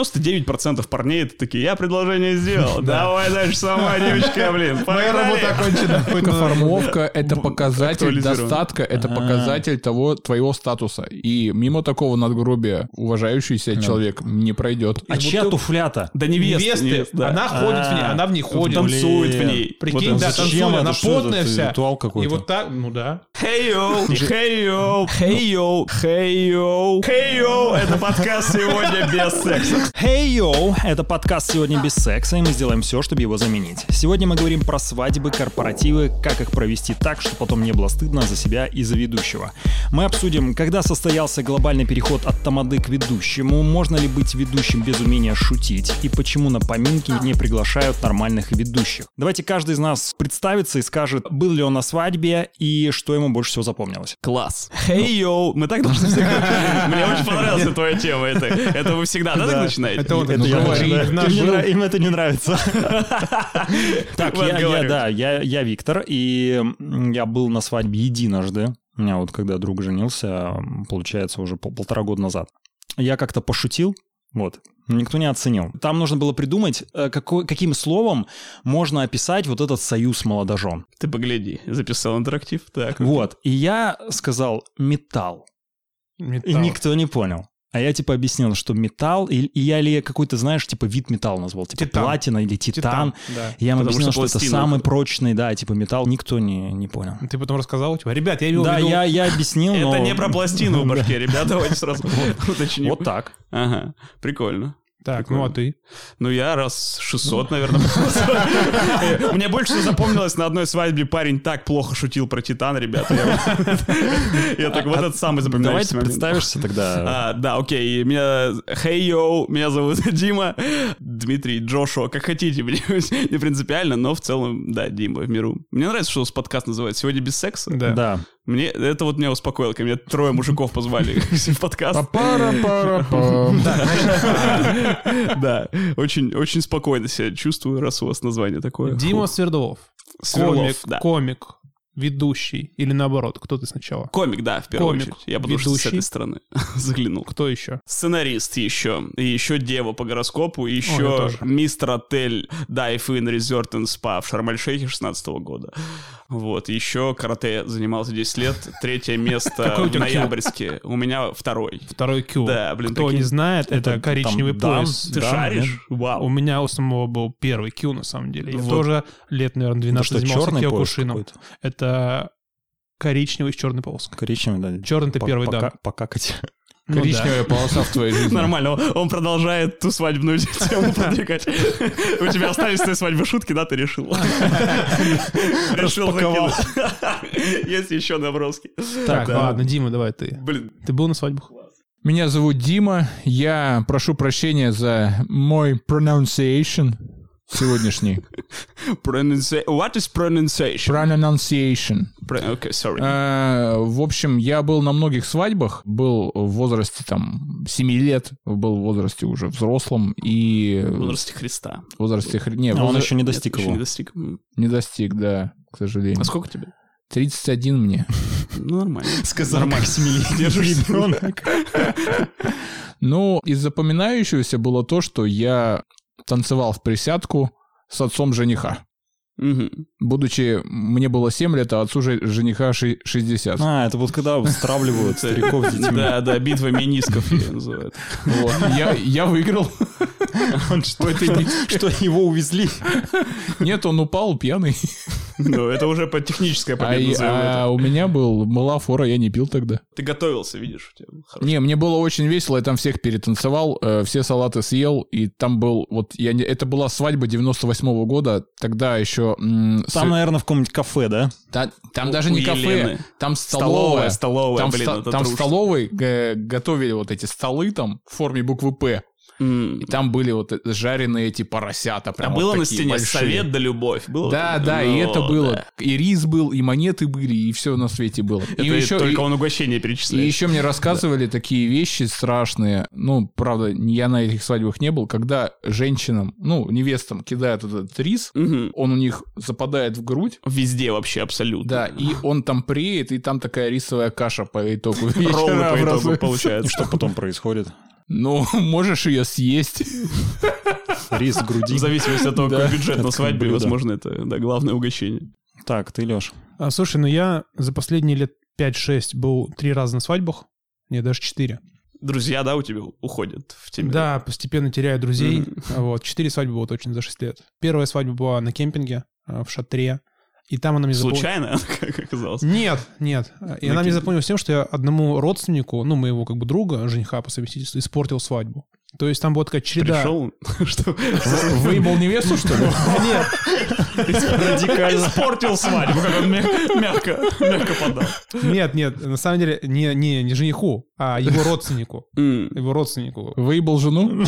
99% парней это такие, я предложение сделал, давай дальше сама, девочка, блин, моя работа окончена. Формовка — это показатель достатка, это показатель твоего статуса. И мимо такого надгробия уважающийся человек не пройдет. А чья туфлята? Да невесты. Она ходит в ней, она в ней ходит. Танцует в ней. Прикинь, да, танцует, она потная вся. Ритуал какой-то. И вот так, ну да. Hey-yo, hey-yo, hey-yo, hey-yo, hey-yo, это подкаст сегодня без секса. Hey yo, это подкаст «Сегодня без секса», и мы сделаем все, чтобы его заменить. Сегодня мы говорим про свадьбы, корпоративы, как их провести так, чтобы потом не было стыдно за себя и за ведущего. Мы обсудим, когда состоялся глобальный переход от тамады к ведущему, можно ли быть ведущим без умения шутить, и почему на поминки не приглашают нормальных ведущих. Давайте каждый из нас представится и скажет, был ли он на свадьбе и что ему больше всего запомнилось. Класс. Hey-yo, мы так должны всегда... Мне очень понравилась твоя тема. Это вы всегда, да, так начинаете? Это вот им это не нравится. Так, я Виктор, и я был на свадьбе единожды. У меня вот когда друг женился, получается, уже 1,5 года назад. Я как-то пошутил, вот, никто не оценил. Там нужно было придумать, каким словом можно описать вот этот союз молодожен. Ты погляди, записал интерактив. Так. Вот, и я сказал «металл». И никто не понял. А я, типа, объяснил, что металл, и я какой-то, знаешь, типа, вид металла назвал, типа, титан. Платина или титан. Да. И я ему объяснил, что это пластина. самый прочный, да, типа, металл. Никто не понял. Ты потом рассказал, типа, ребят, я имел в Да, виду... я объяснил, но... Это не про пластину в башке, ребята, давайте сразу уточним. Вот так. Ага, прикольно. Так, Прикольно. ну а ты? Ну, я раз 600, наверное. Мне больше всего запомнилось, на одной свадьбе парень так плохо шутил про Титан, ребята. Я так, вот это самый запоминающийся момент. Давайте представишься тогда. Да, окей. Меня зовут Дима, Дмитрий, Джошуа, как хотите, не принципиально, но в целом, да, Дима в миру. Мне нравится, что у вас подкаст называется «Сегодня без секса». Да. Это вот меня успокоило, когда меня 3 мужиков позвали в подкаст. Да, очень спокойно себя чувствую, раз у вас название такое. Дима Свердлов. Сверлов, да. Комик, ведущий. Или наоборот, кто ты сначала? Комик, да, в первую Комик, очередь. Я потому что с ведущий. этой стороны заглянул. Кто еще? Сценарист еще. И еще Дева по гороскопу. И я еще тоже. Мистер Отель Dive In Resort and Spa в Шарм-эль-Шейхе 16 года. Вот. Еще карате занимался 10 лет. 3 место Какой у в тебя ноябрьске. У меня 2-й. Второй Q. Да, блин, Кто прикинь. не знает, это коричневый там пояс. Ты шаришь? Вау. У меня у самого был первый Q, на самом деле. Я Вот. тоже лет, наверное, 12 что, занимался черный пояс киокушином. какой-то? Это коричневый с черной полоской. Коричневый, да. Черный ты первый, да. Покакать. Ну да. Коричневая полоса в твоей жизни. Нормально, он продолжает ту свадебную тему продвигать. У тебя остались с той свадьбы шутки, да, ты решил? Решил закинуть. Есть еще наброски. Так, Да. ладно, Дима, давай ты. Блин, Ты был на свадьбах? Меня зовут Дима. Я прошу прощения за мой pronunciation сегодняшний. What is pronunciation? Pronunciation. Okay, sorry. В общем, я был на многих свадьбах. Был в возрасте там 7 лет. Был в возрасте уже взрослом. И В возрасте Христа. в возрасте... Не, А он еще не достиг Еще его. не достиг. не достиг, да, к сожалению. А сколько тебе? 31 мне. Ну, нормально. Сказал, как 7-летний ребенок. Ну, из запоминающегося было то, что я танцевал в присядку с отцом жениха. Мгм. Будучи, мне было 7 лет, а отцу жениха 60. А, это вот когда стравливают стариков с детьми. Да, битва менисков ее называют. Вот. Я выиграл. Что его увезли? Нет, он упал пьяный. Ну, это уже по технической победа назовем это. А у меня была фора, я не пил тогда. Ты готовился, видишь, у тебя был хороший. Не, мне было очень весело, я там всех перетанцевал, все салаты съел, и там был, это была свадьба 98-го года, тогда еще... Там, наверное, в каком-нибудь кафе, да? Там даже не у кафе, Елены. там столовая. Столовая, Там, блин, это там в трушно. столовой готовили вот эти столы там в форме буквы «П». И там были вот жареные эти поросята. А Прям было вот на такие стене большие. «Совет да любовь». Было? Да, и это было. Да. И рис был, и монеты были, и все на свете было. Это и еще, только он угощение и перечисляет. еще мне рассказывали такие вещи страшные. Ну, правда, я на этих свадьбах не был. Когда женщинам, невестам кидают этот рис, Мгм. он у них западает в грудь. Везде вообще абсолютно. Да, и он там преет, и там такая рисовая каша по итогу. Роллы вечера по итогу образуется. получается. Что потом происходит? Ну, можешь ее съесть. Рис в груди. В зависимости от того, какой бюджет на свадьбе, блюдо. возможно, это главное угощение. Так, ты, Леш. Слушай, ну я за последние лет 5-6 был 3 раза на свадьбах. Нет, даже 4. Друзья, да, у тебя уходят в теме? Да, постепенно теряю друзей. Вот, 4 свадьбы было точно за 6 лет. Первая свадьба была на кемпинге в шатре. И там она мне Случайно, как оказалось? Нет. И она мне запомнилась тем, что я одному родственнику, ну, моего как бы друга, жениха по совместительству, испортил свадьбу. То есть там была такая череда... Пришел, что... Выебал невесту, что ли? Нет. Радикально. Испортил свадьбу, как он мягко подал. Нет, на самом деле не жениху, а его родственнику. Его родственнику. Выебал жену?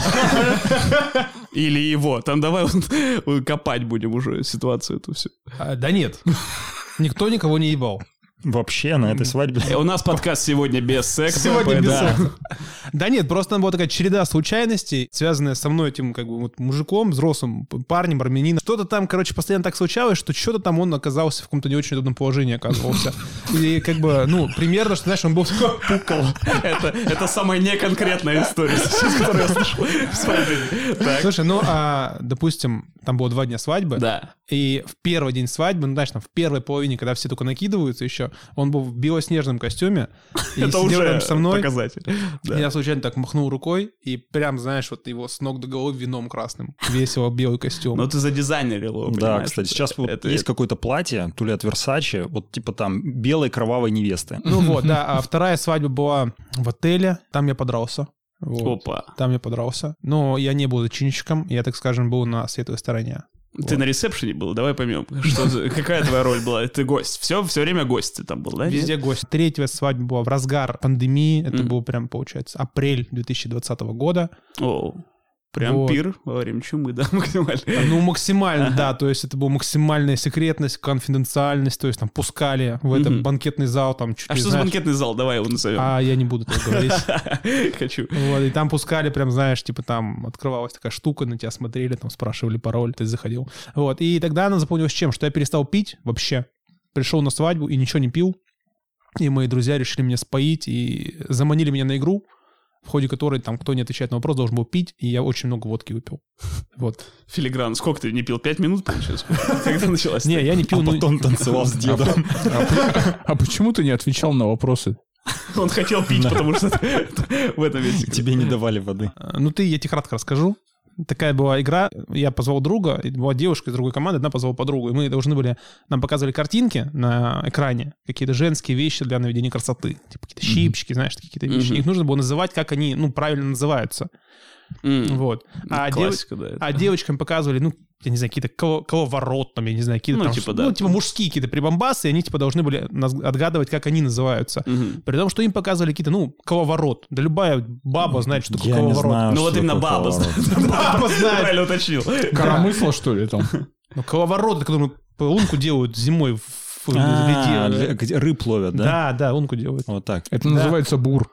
Или его. Там давай копать будем уже ситуацию эту всю. Да нет. Никто никого не ебал. Вообще на этой свадьбе. У нас подкаст сегодня без секса. Сегодня без да. секса. Да нет, просто там была такая череда случайностей, связанная со мной этим как бы вот мужиком, взрослым парнем, армянином. Что-то там, короче, постоянно так случалось, что что-то там он оказался в каком-то не очень удобном положении оказывался. И как бы, ну, примерно, что, знаешь, он был такой пукол. Это самая неконкретная история, которую я слышал в своей жизни. Так. Слушай, ну, допустим, там было 2 дня свадьбы. Да. И в первый день свадьбы, ну, знаешь, там в первой половине, когда все только накидываются еще, он был в белоснежном костюме. И Это сидел уже рядом со мной. показатель. Да. Я случайно так махнул рукой, и прям, знаешь, вот его с ног до головы вином красным весело белый костюм. Но ты задизайнерил его, Да, понимаешь? кстати, сейчас вот Это- есть какое-то платье, то ли от Versace, вот типа там белой кровавой невесты. Ну вот, да. А вторая свадьба была в отеле, там я подрался. Вот. Опа. Там я подрался. Но я не был зачинщиком, я, так скажем, был на светлой стороне. Ты на ресепшене был? Давай поймем. Какая твоя роль была? Ты гость. Все время гость ты там был, да? Везде гость. Третья свадьба была в разгар пандемии. Это был прям, получается, апрель 2020 года. О, прям Вот. пир во время чумы, да, максимально. Ну, максимально, да. То есть это была максимальная секретность, конфиденциальность. То есть там пускали в этот банкетный зал. Там чуть А ли, что за знаешь, банкетный зал? Давай его назовем. А я не буду так говорить. Хочу. Вот, и там пускали прям, знаешь, типа там открывалась такая штука, на тебя смотрели, там спрашивали пароль, ты заходил. Вот, и тогда она запомнилась чем? Что я перестал пить вообще. Пришел на свадьбу и ничего не пил. И мои друзья решили меня споить и заманили меня на игру, в ходе которой там кто не отвечает на вопрос, должен был пить, и я очень много водки выпил. Вот. Филигран. Сколько ты не пил? 5 минут, получилось? Когда началась? Не, я не пил. А потом танцевал с дедом. А почему ты не отвечал на вопросы? Он хотел пить, потому что в этом весь секрет. Тебе не давали воды. Ну, я тебе кратко расскажу. Такая была игра, я позвал друга, и была девушка из другой команды, одна позвала подругу, и мы должны были, нам показывали картинки на экране, какие-то женские вещи для наведения красоты, типа какие-то щипчики, знаешь, какие-то вещи. Их нужно было называть, как они, ну, правильно называются. Вот. Классика, да. А девочкам показывали, ну, я не знаю, какие-то коловорот, там, я не знаю, какие-то Ну, там, типа, да. ну, типа мужские какие-то прибамбасы, и они, типа, должны были отгадывать, как они называются. При том, что им показывали какие-то, ну, коловорот. Да любая баба знает, что такое Я не коловорот. знаю, Ну вот что именно такое баба коловорот. знает. Баба знает. Правильно уточнил. Коромысло, что ли, там? Ну, коловорот, это который лунку делают зимой в А, леде. где рыб ловят, да? Да, лунку делают. Вот так. Это называется бур.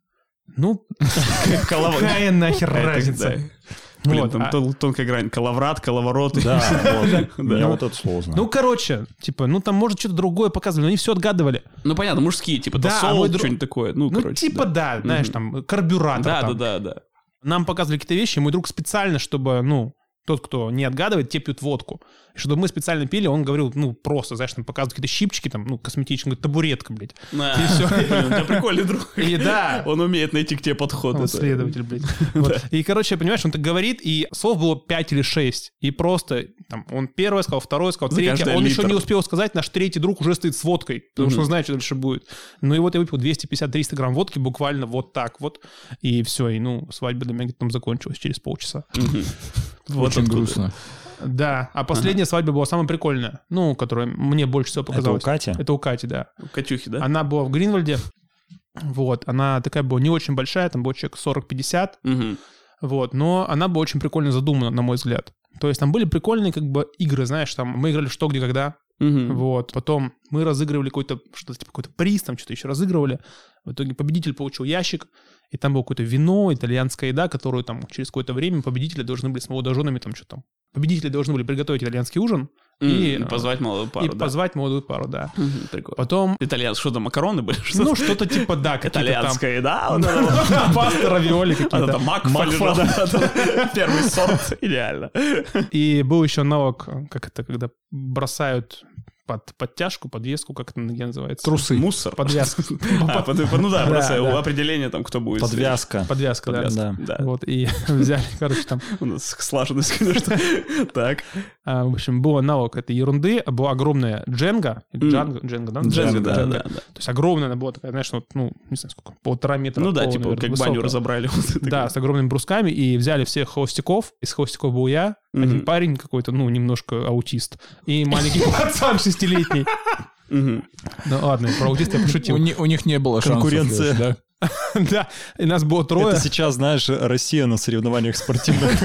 Ну, какая нахер разница? Блин, Вот, там тонкая грань. Коловрат, коловорот. Да, вот. Да. Мне вот это сложно. Ну, короче, типа, ну там, может, что-то другое показывали, но они все отгадывали. Ну, понятно, мужские, типа, Да, тосол, мой друг- что-нибудь такое. Ну, Ну, короче. типа, да, знаешь, там, карбюратор. там. Да. Нам показывали какие-то вещи, и мой друг специально, чтобы, ну, тот, кто не отгадывает, те пьют водку. И чтобы мы специально пили, он говорил, ну, просто, знаешь, там показывают какие-то щипчики, там, ну, косметические, говорит, табуретка, блядь. И все. Блин, у тебя прикольный друг. И да, Он умеет найти к тебе подход. он Это- следователь, блядь. Вот. И, короче, понимаешь, он так говорит, и слов было 5 или 6. И просто, там, он первое сказал, второе сказал, За третье. каждый Он еще литр. не успел сказать, наш третий друг уже стоит с водкой, потому что он знает, что дальше будет. Ну и вот я выпил 250-300 грамм водки буквально вот так вот. И все, и, ну, свадьба для меня где-то там закончилась через полчаса. Вот Очень откуда. грустно. Да, а последняя свадьба была самая прикольная, ну, которая мне больше всего Это у показалась. Кати? Это у Кати, да. Катюхи, да? Она была в Гринвальде, вот, она такая была не очень большая, там был человек 40-50, Мгм. вот, но она была очень прикольно задумана, на мой взгляд. То есть там были прикольные как бы игры, знаешь, там мы играли в «Что, где, когда», Мгм. вот, потом мы разыгрывали какой-то, что-то типа какой-то приз, там что-то еще разыгрывали, в итоге победитель получил ящик, и там было какое-то вино, итальянская еда, которую там через какое-то время победители должны были с молодоженами там что-то там. Победители должны были приготовить итальянский ужин, И позвать молодую пару, и позвать молодую пару, да. Прикольно. Потом... Итальянцы, что-то макароны были? Ну, что-то типа, да, какие-то там... Итальянская еда. Паста, равиоли какие-то. Это макфа лежал. Первый сорт. Идеально. И был еще навык, как это, когда бросают под подтяжку, подвеску, как это называется? Трусы. Мусор. Подвязку. Ну да, бросаю. Да. Определение там, кто будет. Подвязка. Подвязка, да. Да. Вот, и взяли, короче, там... У нас слаженность, конечно. Так. В общем, был аналог этой ерунды, была огромная Дженга, Дженга, да? Дженга, да. То есть огромная она была такая, знаешь, вот, ну, не знаю сколько, 1,5 метра. Ну да, пол, типа, наверное, как высокая. баню разобрали. Да, с огромными брусками, и взяли всех холостяков. Из холостяков был я, один парень какой-то, ну, немножко аутист, и маленький пацан 6-летний. Ну ладно, про аутиста я пошутил. У них не было шансов. Конкуренция. Да? Да, и нас было трое. Это сейчас, знаешь, Россия на соревнованиях спортивных.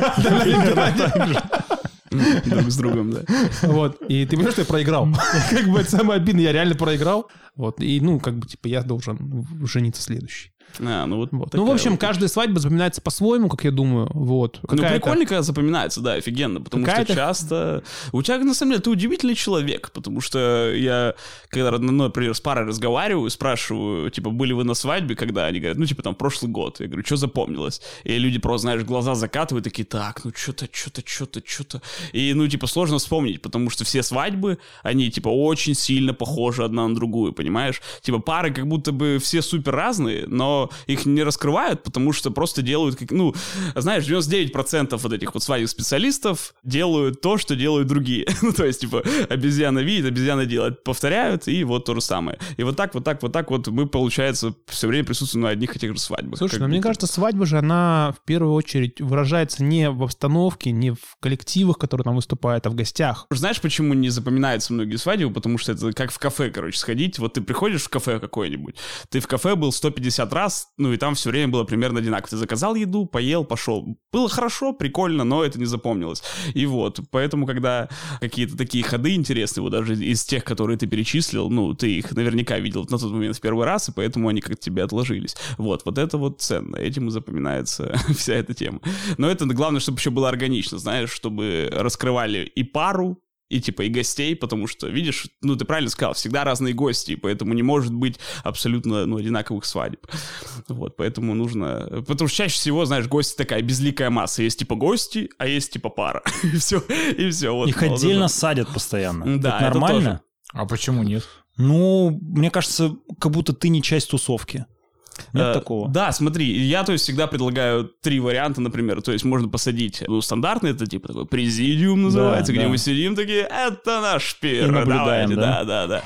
Друг с другом, да. Вот, и ты понимаешь, что я проиграл? Как бы это самое обидное, я реально проиграл. Вот, и, ну, как бы, типа, я должен жениться следующий. Ну, Ну, в общем, каждая свадьба запоминается по-своему, как я думаю, вот. Ну, прикольно, когда запоминается, да, офигенно, потому что часто... У тебя, на самом деле, ты удивительный человек, потому что я, когда, например, с парой разговариваю, спрашиваю, типа, были вы на свадьбе, когда они говорят, ну, типа, там, прошлый год. Я говорю, что запомнилось? И люди просто, знаешь, глаза закатывают, такие, так, ну, что-то. И, ну, типа, сложно вспомнить, потому что все свадьбы, они, типа, очень сильно похожи одна на другую, понимаешь? Типа, пары как будто бы все супер разные, но их не раскрывают, потому что просто делают, как, ну, знаешь, 99% вот этих вот свадебных специалистов делают то, что делают другие. Ну, то есть, типа, обезьяна видит, обезьяна делает, повторяют, и вот то же самое. И вот так мы, получается, все время присутствуем на одних и тех же свадьбах. Слушай, мне кажется, свадьба же, она в первую очередь выражается не в обстановке, не в коллективах, которые там выступают, а в гостях. Знаешь, почему не запоминаются многие свадьбы? Потому что это как в кафе, короче, сходить. Вот ты приходишь в кафе какое-нибудь, ты в кафе был 150 раз, ну и там все время было примерно одинаково. Ты заказал еду, поел, пошел. Было хорошо, прикольно, но это не запомнилось. И вот, поэтому, когда какие-то такие ходы интересные, вот даже из тех, которые ты перечислил, ну, ты их наверняка видел на тот момент в первый раз, и поэтому они как-то тебе отложились. Вот это вот ценно. Этим и запоминается вся эта тема. Но это главное, чтобы еще было органично, знаешь, чтобы раскрывали и пару, и типа и гостей, потому что, видишь, ну ты правильно сказал, всегда разные гости, поэтому не может быть абсолютно, ну, одинаковых свадеб. Вот, поэтому нужно... Потому что чаще всего, знаешь, гости такая безликая масса. Есть типа гости, а есть типа пара. И все. Вот, их отдельно садят постоянно. Да, это нормально? А почему нет? Ну, мне кажется, как будто ты не часть тусовки. Нет такого? Да, смотри, я, то есть, всегда предлагаю 3 варианта, например, то есть, можно посадить, ну, стандартный, это типа такой президиум называется, где мы сидим такие, это наш пир, наблюдаем, да.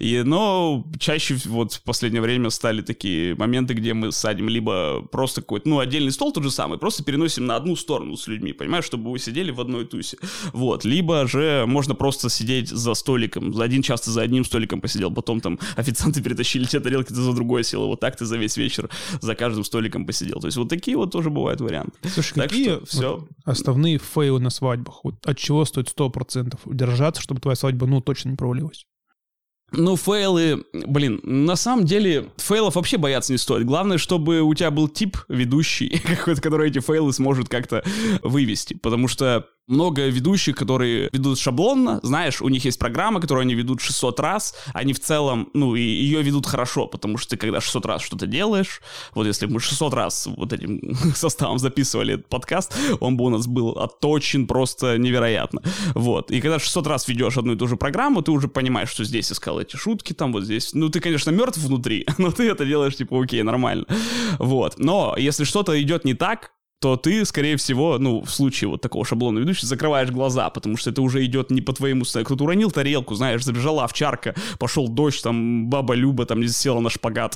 Но чаще вот в последнее время стали такие моменты, где мы садим либо просто какой-то, ну, отдельный стол тот же самый, просто переносим на одну сторону с людьми, понимаешь, чтобы вы сидели в одной тусе, вот, либо же можно просто сидеть за столиком, один часто за одним столиком посидел, потом там официанты перетащили те тарелки, ты за другой сел, и вот так ты за весь вечер за каждым столиком посидел. То есть вот такие вот тоже бывают варианты. Слушай, так какие что все... вот основные фейлы на свадьбах? Вот от чего стоит 100% удержаться, чтобы твоя свадьба, ну, точно не провалилась? Ну, фейлы, блин, на самом деле фейлов вообще бояться не стоит. Главное, чтобы у тебя был тип ведущий, какой-то, который эти фейлы сможет как-то вывести. Потому что много ведущих, которые ведут шаблонно, знаешь, у них есть программа, которую они ведут 600 раз, они в целом, ну, и ее ведут хорошо, потому что ты когда 600 раз что-то делаешь, вот если мы 600 раз вот этим составом записывали этот подкаст, он бы у нас был отточен просто невероятно, вот, и когда 600 раз ведешь одну и ту же программу, ты уже понимаешь, что здесь искал эти шутки, там вот здесь, ну, ты, конечно, мертв внутри, но ты это делаешь, типа, окей, нормально, вот, но если что-то идет не так, то ты, скорее всего, ну, в случае вот такого шаблона ведущего, закрываешь глаза, потому что это уже идет не по твоему сценарию. Кто-то уронил тарелку, знаешь, забежала овчарка, пошел дождь, там, баба Люба там села на шпагат.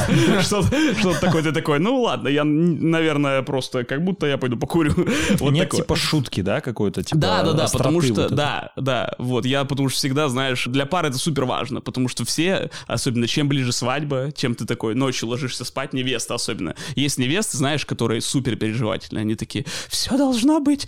Что-то такое, ты такой, ну, ладно, я, наверное, просто как будто я пойду покурю. Нет типа шутки, да, какой-то, типа да, потому что, да, вот, я потому что всегда, знаешь, для пары это супер важно, потому что все, особенно чем ближе свадьба, чем ты такой ночью ложишься спать, невеста особенно. Есть невесты, знаешь, которые супер переживают очаровательные. Они такие, все должно быть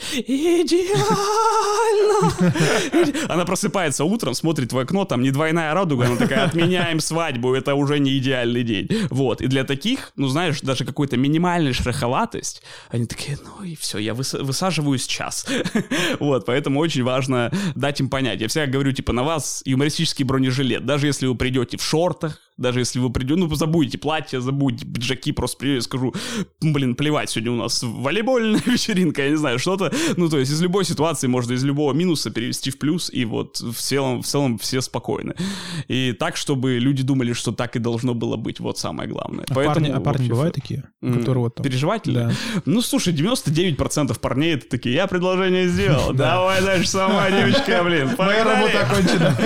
идеально. Она просыпается утром, смотрит в окно, там не двойная радуга, она такая, отменяем свадьбу, это уже не идеальный день. Вот, и для таких, ну, знаешь, даже какой-то минимальной шероховатость, они такие, ну и все, я высаживаюсь час. Вот, поэтому очень важно дать им понять. Я всегда говорю, типа, на вас юмористический бронежилет, даже если вы придете в шортах, даже если вы придете, ну, забудете платье, забудьте пиджаки, просто приду и скажу, блин, плевать, сегодня у нас волейбольная вечеринка, я не знаю, что-то. Ну, то есть из любой ситуации можно из любого минуса перевести в плюс, и вот в целом все спокойны. И так, чтобы люди думали, что так и должно было быть, вот самое главное. Поэтому, парни бывают такие, которые вот там... Переживательные? Да. Ну, слушай, 99% парней это такие, я предложение сделал, давай дальше сама, девочка, блин, моя работа окончена.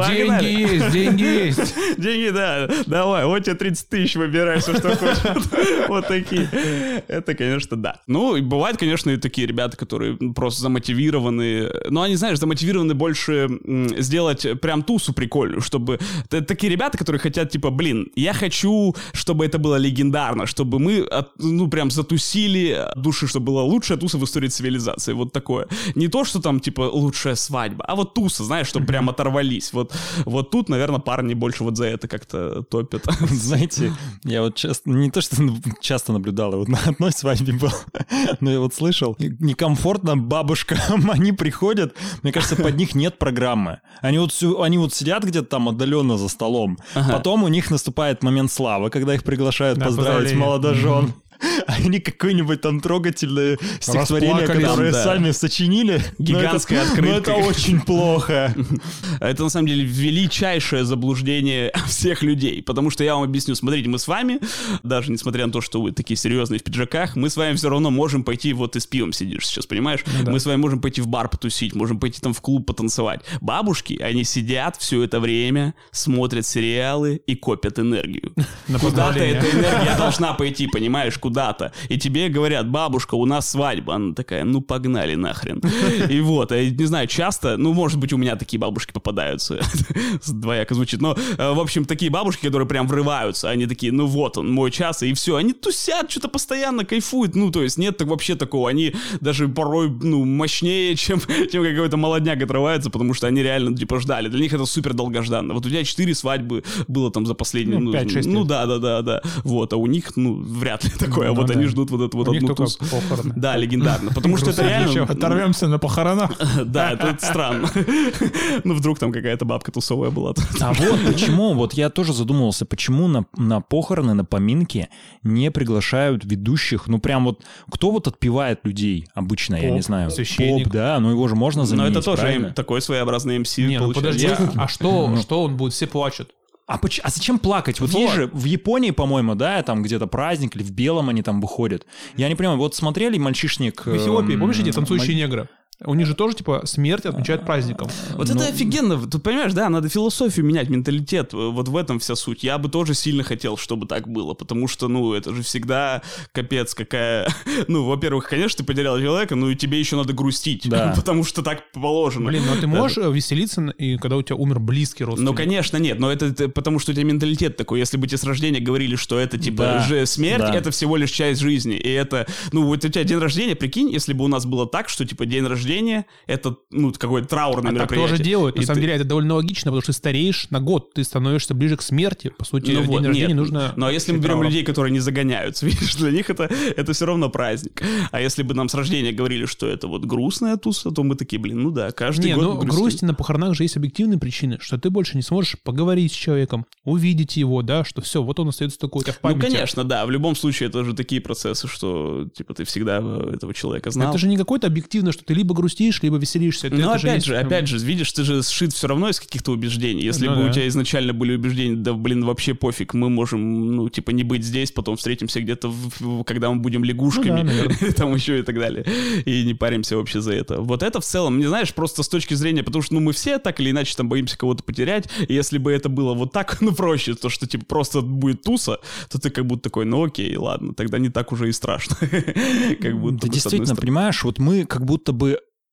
Деньги есть. Деньги, да. Давай, вот тебе 30 тысяч, выбирай все, что хочешь. Вот такие. Это, конечно, да. Ну, и бывают, конечно, и такие ребята, которые просто замотивированы. Но они, знаешь, замотивированы больше сделать прям тусу прикольную, чтобы... Такие ребята, которые хотят, типа, блин, я хочу, чтобы это было легендарно, чтобы мы, ну, прям затусили от души, чтобы была лучшая туса в истории цивилизации. Вот такое. Не то, что там, типа, лучшая свадьба, а вот туса, знаешь, чтобы прям оторвались. Вот тут, наверное, парни больше вот за это как-то топят. Знаете, я вот часто, не то что часто наблюдал, я вот на одной свадьбе был, но я вот слышал, некомфортно бабушкам, они приходят, мне кажется, под них нет программы. Они вот сидят где-то там отдаленно за столом, потом у них наступает момент славы, когда их приглашают поздравить молодожен. Они какое-нибудь там трогательное стихотворение, которое сами сочинили. Гигантская открытка. Но это очень плохо. Это, на самом деле, величайшее заблуждение всех людей. Потому что я вам объясню. Смотрите, мы с вами, даже несмотря на то, что вы такие серьезные в пиджаках, мы с вами все равно можем пойти, вот ты с пивом сидишь сейчас, понимаешь? Да. Мы с вами можем пойти в бар потусить, можем пойти там в клуб потанцевать. Бабушки, они сидят все это время, смотрят сериалы и копят энергию. Куда-то эта энергия должна пойти, понимаешь? Куда-то. И тебе говорят, бабушка, у нас свадьба. Она такая, ну погнали нахрен. И вот, я не знаю, часто, ну, может быть, у меня такие бабушки попадаются. Двояко звучит. Но, в общем, такие бабушки, которые прям врываются. Они такие, ну вот он, мой час, и все. Они тусят, что-то постоянно кайфуют. Ну, то есть нет вообще такого. Они даже порой, ну, мощнее, чем какой-то молодняк отрывается, потому что они реально, типа, ждали. Для них это супер долгожданно. Вот у тебя 4 свадьбы было там за последние... Ну, 5-6 лет. Ну, да. Вот, а у них, ну, вряд ли такое. А вот они ждут вот эту вот одну тусу. Да, легендарно. Потому что это реально... Оторвемся на похоронах. Да, это странно. Ну, вдруг там какая-то бабка тусовая была. А вот почему, вот я тоже задумывался, почему на похороны, на поминки не приглашают ведущих, ну, прям вот, кто вот отпевает людей обычно, я не знаю. Священник. Поп, да, но его же можно заменить, но это тоже правильно? такой своеобразный МС. Не, ну подожди, а что он будет? Все плачут. А зачем плакать? Вот есть же в Японии, по-моему, да, там где-то праздник или в белом они там выходят. Я не понимаю, вот смотрели «Мальчишник»? В Эфиопии, помнишь эти танцующие негры? У них же тоже, типа, смерть отмечают праздником. Вот это офигенно. Тут, понимаешь, да, надо философию менять, менталитет. Вот в этом вся суть. Я бы тоже сильно хотел, чтобы так было, потому что, ну, это же всегда капец какая... Ну, во-первых, конечно, ты потерял человека, но и тебе еще надо грустить, да. Потому что так положено. Блин, ну ты можешь веселиться, и когда у тебя умер близкий родственник? Ну, конечно, нет, но это потому что у тебя менталитет такой. Если бы тебе с рождения говорили, что это, типа, смерть, это всего лишь часть жизни, и это... Ну, вот у тебя день рождения, прикинь, если бы у нас было так, что, типа, день рождения это, ну, какое-то траурное мероприятие. Так тоже делают. На самом деле это довольно логично, потому что ты стареешь на год, ты становишься ближе к смерти. По сути, ну, день рождения нужно... Ну, а если мы берем людей, которые не загоняются, видишь, для них это все равно праздник. А если бы нам с рождения говорили, что это вот грустная туса, то мы такие, блин, ну да, каждый год грустим. Грусти на похоронах же есть объективные причины, что ты больше не сможешь поговорить с человеком, увидеть его, да, что все, вот он остается такой у тебя в памяти. Ну, конечно, да, в любом случае это же такие процессы, что, типа, ты всегда этого человека знал. Это же не какой-то объективно, что ты либо грустишь, либо веселишься. Но опять же, видишь, ты же сшит все равно из каких-то убеждений. Если бы у тебя изначально были убеждения, да, блин, вообще пофиг, мы можем, ну, типа, не быть здесь, потом встретимся где-то, когда мы будем лягушками, там еще и так далее, и не паримся вообще за это. Вот это в целом, не знаешь, просто с точки зрения, потому что, ну, мы все так или иначе там боимся кого-то потерять, и если бы это было вот так, ну, проще, то, что, типа, просто будет туса, то ты как будто такой, ну, окей, ладно, тогда не так уже и страшно. Как будто ты действительно понимаешь, вот мы как будто бы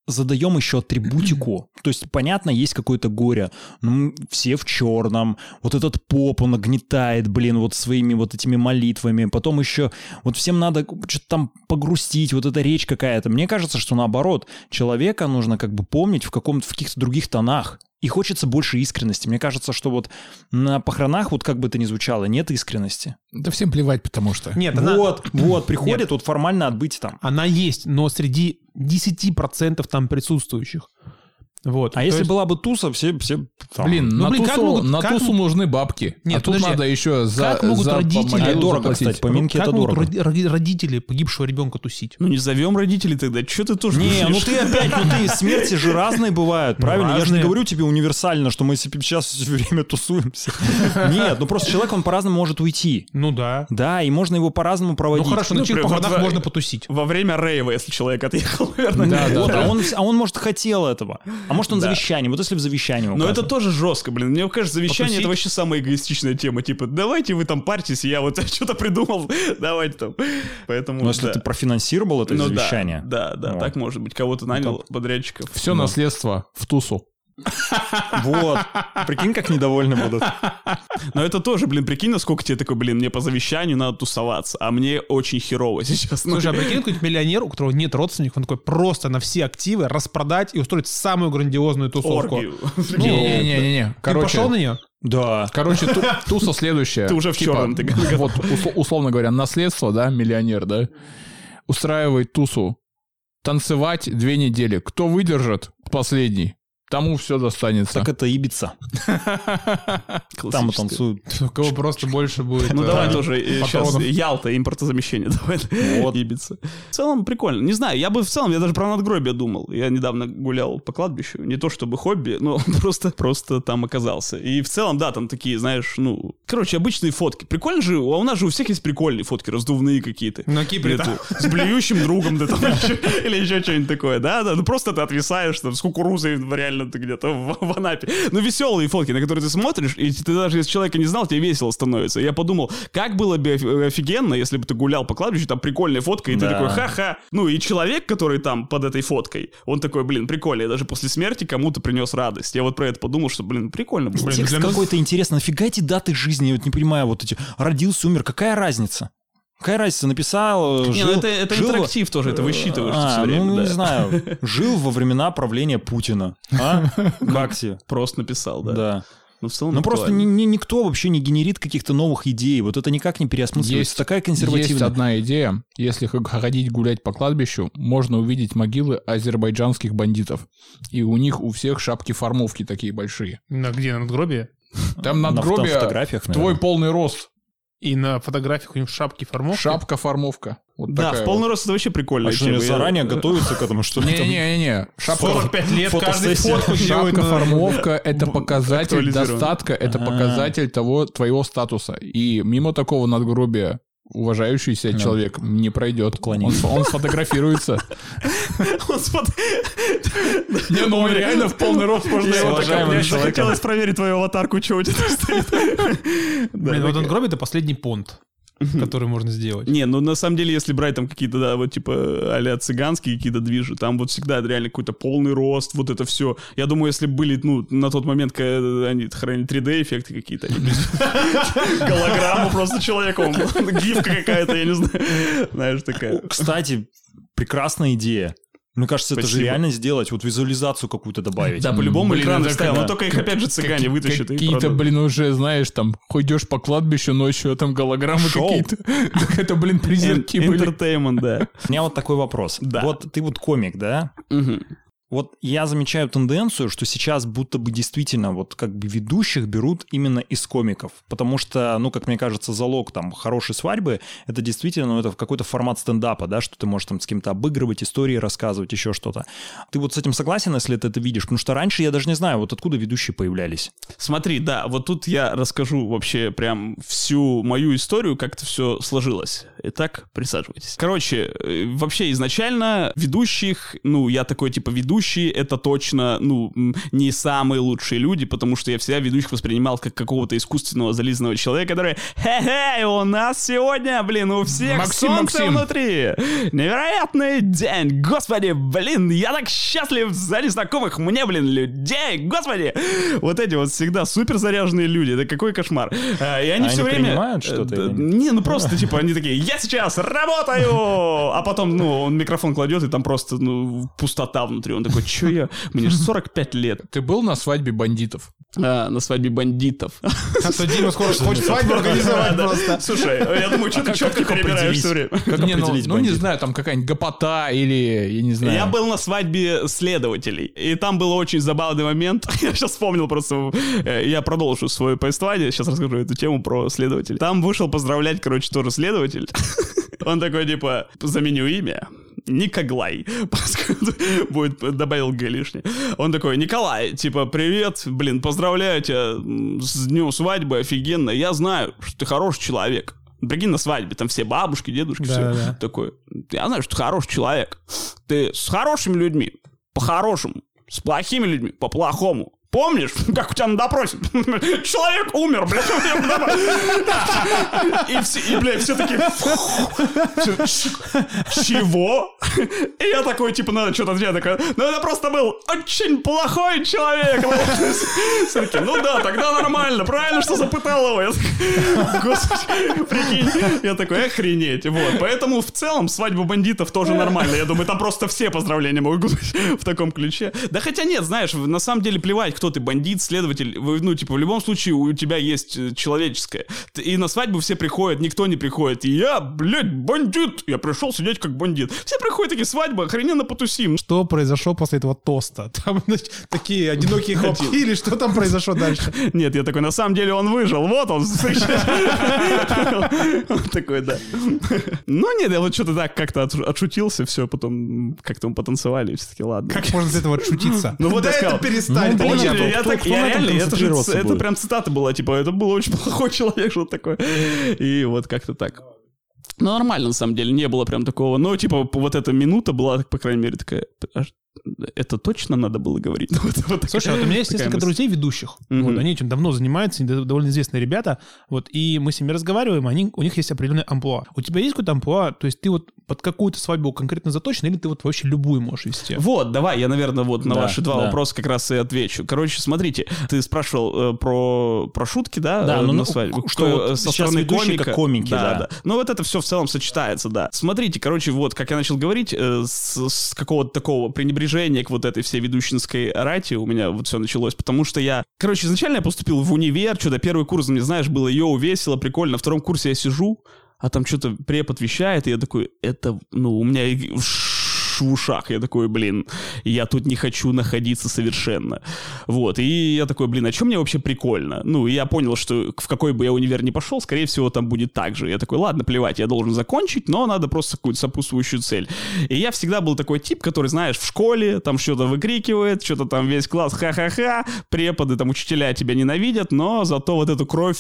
задаем еще атрибутику. То есть, понятно, есть какое-то горе. Ну, все в черном. Вот этот поп, он нагнетает, вот своими вот этими молитвами. Потом еще вот всем надо что-то там погрустить. Вот эта речь какая-то. Мне кажется, что наоборот. Человека нужно как бы помнить в каких-то других тонах. И хочется больше искренности. Мне кажется, что вот на похоронах, вот как бы это ни звучало, нет искренности. Да всем плевать, потому что... Нет, приходит, Нет. вот формально отбыть там. Она есть, но среди 10% там присутствующих. Вот. А если была бы туса, все там... Блин, как могут- на как- тусу нужны бабки. Нет, а тут подожди. надо еще за... Как могут за родители- могилу Это дорого, заплатить. кстати, поминки Как это могут дорого. родители погибшего ребенка тусить? Ну не зовем родителей тогда, что ты тоже Не, ну говоришь? ты опять, смерти же разные бывают, правильно? Я же не разные. говорю тебе универсально, что мы сейчас все время тусуемся. Нет, ну просто человек, он по-разному может уйти. Ну да. Да, и можно его по-разному Ну проводить. хорошо, на чьих прям похоронах вот можно потусить. Во время рейва, если человек отъехал, наверное. Да, Вот, да. а он, может, хотел этого. А может, он Да. завещание. Вот если в завещании Но это указано. тоже жестко, блин. Мне кажется, завещание Потусить? это вообще самая эгоистичная тема. Типа, давайте вы там парьтесь, я вот что-то придумал, давайте там. Поэтому, Но если да. ты профинансировал это Ну да, завещание. Да, Вот. так может быть. Кого-то нанял, подрядчиков. Все наследство в тусу. Вот. Прикинь, как недовольны будут. Но это тоже, блин, прикинь, насколько тебе такой, блин, мне по завещанию надо тусоваться, а мне очень херово сейчас. Ну, Слушай, а прикинь, какой-нибудь миллионер, у которого нет родственников, он такой просто на все активы распродать и устроить самую грандиозную тусовку. оргию. Не-не-не. Ты пошел на нее? Да. Короче, туса следующая. Ты уже в чёрном, ты готов. Вот, условно говоря, наследство, да, миллионер, да, устраивает тусу. Танцевать 2 недели. Кто выдержит последний, тому все достанется. Так это Ибица. Там и танцуют. У кого просто больше будет... Ну давай тоже сейчас патронов. Ялта, импортозамещение, давай Вот. ебиться. В целом прикольно. Не знаю, я даже про надгробие думал. Я недавно гулял по кладбищу. Не то чтобы хобби, но просто там оказался. И в целом, да, там такие, знаешь, короче, обычные фотки. Прикольно же, а у нас же у всех есть прикольные фотки, раздувные какие-то. На Кипре, да. С блюющим другом да, там, или еще что-нибудь такое. Да, ну просто ты отвисаешь там, с кукурузой реально ты где-то в Анапе. Ну веселые фотки, на которые ты смотришь, и ты даже если человека не знал, тебе весело становится. Я подумал, как было бы офигенно, если бы ты гулял по кладбищу, там прикольная фотка, и ты Да. такой, ха-ха. Ну и человек, который там под этой фоткой, он такой, блин, прикольно, я даже после смерти кому-то принес радость. Я вот про это подумал, что, блин, прикольно было. Блин, Текст для нас- какой-то интересный. Нафига эти даты жизни? Я вот не понимаю, вот эти родился, умер. Какая разница? Какая разница? Написал, Не, жил... ну это жил- интерактив тоже, это высчитываешь все время. ну, да. не знаю. Жил во времена правления Путина. А? Как себе? Просто написал, да. Да. Ну, в целом Ну, просто актуально. никто вообще не генерит каких-то новых идей. Вот это никак не переосмысливается. Есть- Такая Есть консервативная. одна идея. Если ходить гулять по кладбищу, можно увидеть могилы азербайджанских бандитов. И у них у всех шапки-формовки такие большие. Где? На надгробие? Там На надгробие фотографиях, твой наверное. полный рост. И на фотографиях у них шапки формовки? Шапка-формовка. Вот Да, такая в полный вот. рост это вообще прикольно. А что, они заранее готовятся к этому, что ли? там? Не-не-не. Шапка 45 лет, каждый Фотосессия. фотку делает. Шапка-формовка — это показатель актуализирован. достатка, это показатель твоего статуса. И мимо такого надгробия уважающийся человек не пройдет. Он сфотографируется. Не, ну он реально в полный рост, можно его так уважаемым обнять. человеком. Хотелось проверить твою аватарку, что у тебя там стоит. Блин, вот надгробие — это последний понт, который можно сделать. Не, ну на самом деле, если брать там какие-то, да, вот типа а-ля цыганские какие-то движи, там вот всегда реально какой-то полный рост, вот это все. Я думаю, если были, на тот момент, когда они хранили 3D-эффекты какие-то, голограмма просто человека, гифка какая-то, я не знаю, знаешь, такая. Кстати, прекрасная идея. Мне кажется, это же Спасибо. реально сделать, вот визуализацию какую-то добавить. Да, по-любому Блин, экран это ставим, когда- но только их опять же цыгане вытащат и Какие-то, продадут. блин, уже, знаешь, там, ходишь по кладбищу ночью, а там голограммы Шоу. какие-то. Так это, блин, призраки были. Entertainment, да. У меня вот такой вопрос. Да. Вот ты вот комик, да? Мгм. Вот я замечаю тенденцию, что сейчас будто бы действительно вот как бы ведущих берут именно из комиков, потому что, как мне кажется, залог там хорошей свадьбы — это действительно, это какой-то формат стендапа, да, что ты можешь там с кем-то обыгрывать, истории рассказывать, еще что-то. Ты вот с этим согласен, если ты это видишь? Потому что раньше я даже не знаю, вот откуда ведущие появлялись. Смотри, да, вот тут я расскажу вообще прям всю мою историю, как это все сложилось. Итак, присаживайтесь. Короче, вообще изначально ведущих, я такой типа ведущий, ведущие — это точно, не самые лучшие люди, потому что я всегда ведущих воспринимал как какого-то искусственного зализанного человека, который «Хе-хе, у нас сегодня, у всех солнце внутри! Невероятный день! Господи, я так счастлив за незнакомых мне, людей! Господи!» Вот эти вот всегда супер заряженные люди, это какой кошмар. И они все время... принимают что-то? Не, просто, они такие, я сейчас работаю! А потом, он микрофон кладет, и там просто, пустота внутри. Он такой, чё я? Мне же 45 лет. Ты был на свадьбе бандитов? На свадьбе бандитов. А то Дима скоро хочет свадьбу организовать просто. Слушай, я думаю, что ты четко перебираешь все время. Не знаю, там какая-нибудь гопота или, я не знаю. Я был на свадьбе следователей, и там был очень забавный момент. Я сейчас вспомнил просто, я продолжу свое повествование, сейчас расскажу эту тему про следователей. Там вышел поздравлять, тоже следователь. Он такой, заменю имя. Никоглай. Будет, добавил Г лишнее. Он такой, Николай, привет, поздравляю тебя с днем свадьбы, офигенно. Я знаю, что ты хороший человек. Прикинь, на свадьбе, там все бабушки, дедушки, все. Да. Такой, я знаю, что ты хороший человек. Ты с хорошими людьми по-хорошему, с плохими людьми по-плохому. Помнишь, как у тебя на допросе? Человек умер, И все такие... Чего? И я такой, надо что-то отвечать. Такой, это просто был очень плохой человек. Все такие, да, тогда нормально. Правильно, что запытал его. Я такой, господи, прикинь. Я такой, охренеть. Вот, поэтому в целом свадьба бандитов тоже нормально. Я думаю, там просто все поздравления могут быть в таком ключе. Да хотя нет, знаешь, на самом деле плевать, кто ты, бандит, следователь, в любом случае у тебя есть человеческое. И на свадьбу все приходят, никто не приходит. И я, бандит! Я пришел сидеть как бандит. Все приходят, такие, свадьба, охрененно потусим. Что произошло после этого тоста? Там такие одинокие хлопки или что там произошло дальше? Нет, я такой, на самом деле он выжил, вот он. Он такой, да. Нет, я вот что-то так как-то отшутился, все, потом как-то мы потанцевали, и все таки ладно. Как можно с этого отшутиться? Вот я сказал, перестань. Я реально, это прям цитата была, это был очень плохой человек, что-то такое. И вот как-то так. Нормально, на самом деле, не было прям такого. Но, вот эта минута была, по крайней мере, такая... Это точно надо было говорить? Слушай, у меня есть несколько друзей ведущих. Они этим давно занимаются, довольно известные ребята. И мы с ними разговариваем, у них есть определенный амплуа. У тебя есть какой-то амплуа? То есть ты под какую-то свадьбу конкретно заточен, или ты вообще любую можешь вести? Давай, я, наверное, на ваши два вопроса как раз и отвечу. Короче, смотрите, ты спрашивал про шутки, да? Да, на свадьбе. Что со стороны комики. Да. Вот это все в целом сочетается, да. Смотрите, короче, как я начал говорить, с какого-то такого пренебрежения к вот этой всей ведущинской рати у меня все началось, потому что изначально я поступил в универ, что-то первый курс, мне, знаешь, было весело, прикольно, на втором курсе я сижу, а там что-то препод вещает, и я такой, у меня в ушах. Я такой, я тут не хочу находиться совершенно. И я такой, а что мне вообще прикольно? И я понял, что в какой бы я универ ни пошел, скорее всего, там будет так же. Я такой, ладно, плевать, я должен закончить, но надо просто какую-то сопутствующую цель. И я всегда был такой тип, который, знаешь, в школе там что-то выкрикивает, что-то там весь класс ха-ха-ха, преподы, там учителя тебя ненавидят, но зато вот эту кровь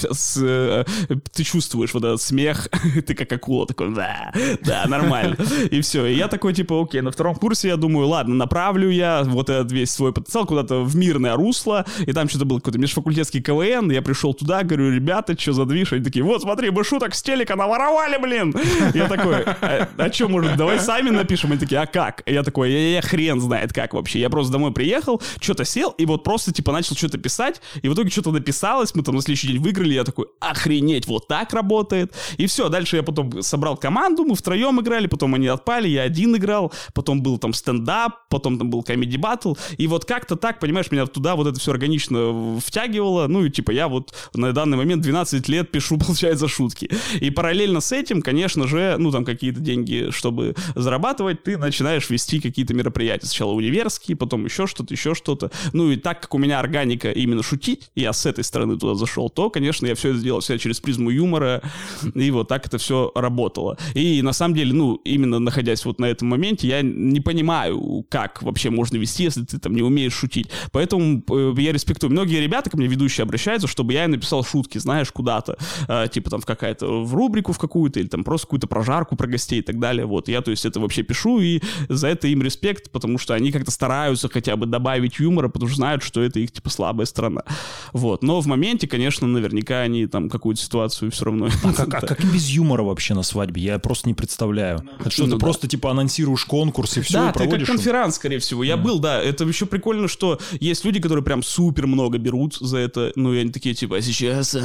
ты чувствуешь, вот этот смех, ты как акула такой, да, нормально. И все. И я такой, окей, на втором курсе я думаю, ладно, направлю я вот этот весь свой потенциал куда-то в мирное русло, и там что-то был какой-то межфакультетский КВН, я пришел туда, говорю, ребята, что за движ? Они такие, вот смотри, мы шуток с телека наворовали, Я такой, а что, может, давай сами напишем? Они такие, а как? Я такой, я хрен знает как вообще. Я просто домой приехал, что-то сел, и вот просто начал что-то писать, и в итоге что-то написалось, мы там на следующий день выиграли, я такой, охренеть, вот так работает. И все, дальше я потом собрал команду, мы втроем играли, потом они отпали, я один играл, потом был там стендап, потом там был комеди баттл, и вот как-то так, понимаешь, меня туда вот это все органично втягивало, я на данный момент 12 лет пишу, получается, шутки. И параллельно с этим, конечно же, там какие-то деньги, чтобы зарабатывать, ты начинаешь вести какие-то мероприятия. Сначала универские, потом еще что-то. И так как у меня органика именно шутить, я с этой стороны туда зашел, то, конечно, я все это сделал всегда через призму юмора, и вот так это все работало. И на самом деле, именно находясь вот на этом моменте, я не понимаю, как вообще можно вести, если ты там не умеешь шутить. Поэтому я респектую. Многие ребята ко мне ведущие обращаются, чтобы я им написал шутки, знаешь, куда-то, типа там в какая-то, в рубрику в какую-то, или там просто какую-то прожарку про гостей и так далее. Вот, я, то есть, это вообще пишу, и за это им респект, потому что они как-то стараются хотя бы добавить юмора, потому что знают, что это их, типа, слабая сторона. Вот, но в моменте, конечно, наверняка они там какую-то ситуацию все равно... Как без юмора вообще на свадьбе? Я просто не представляю. Это что, ты просто, типа, анонсируешь конкурс и все, да, и проводишь? Да, ты как конферанс, скорее всего. Я был, да. Это еще прикольно, что есть люди, которые прям супер много берут за это. Ну, и они такие, типа, а сейчас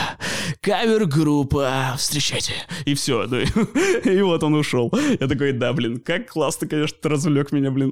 кавер-группа, встречайте. И все, да. И вот он ушел. Я такой, да, блин, как классно, конечно, ты развлек меня, блин.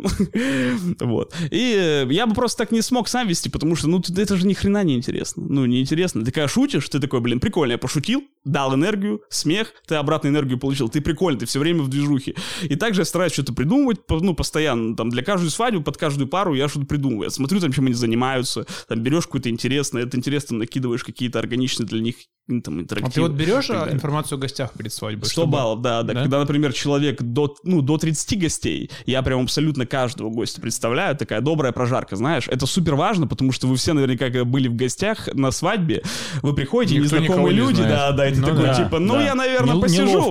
Вот. И я бы просто так не смог сам вести, потому что, ну, это же ни хрена не интересно. Ну, не интересно. Ты когда шутишь, ты такой, блин, прикольно, я пошутил, дал энергию, смех, ты обратно энергию получил. Ты прикольный, ты все время в движухе. И также я стараюсь что-то придумывать, ну, постоянно, там, для каждой свадьбы, под каждую пару я что-то придумываю. Я смотрю, там, чем они занимаются, там, берешь какое-то интересное, это интересно, накидываешь какие-то органичные для них, там, интерактивы. А ты вот берешь информацию о гостях перед свадьбой? 100 баллов, да. Когда, например, человек до 30 гостей, я прям абсолютно каждого гостя представляю, такая добрая прожарка, знаешь. Это супер важно, потому что вы все наверняка были в гостях на свадьбе, вы приходите, незнакомые люди, да, и ты такой, типа, я, наверное, посижу.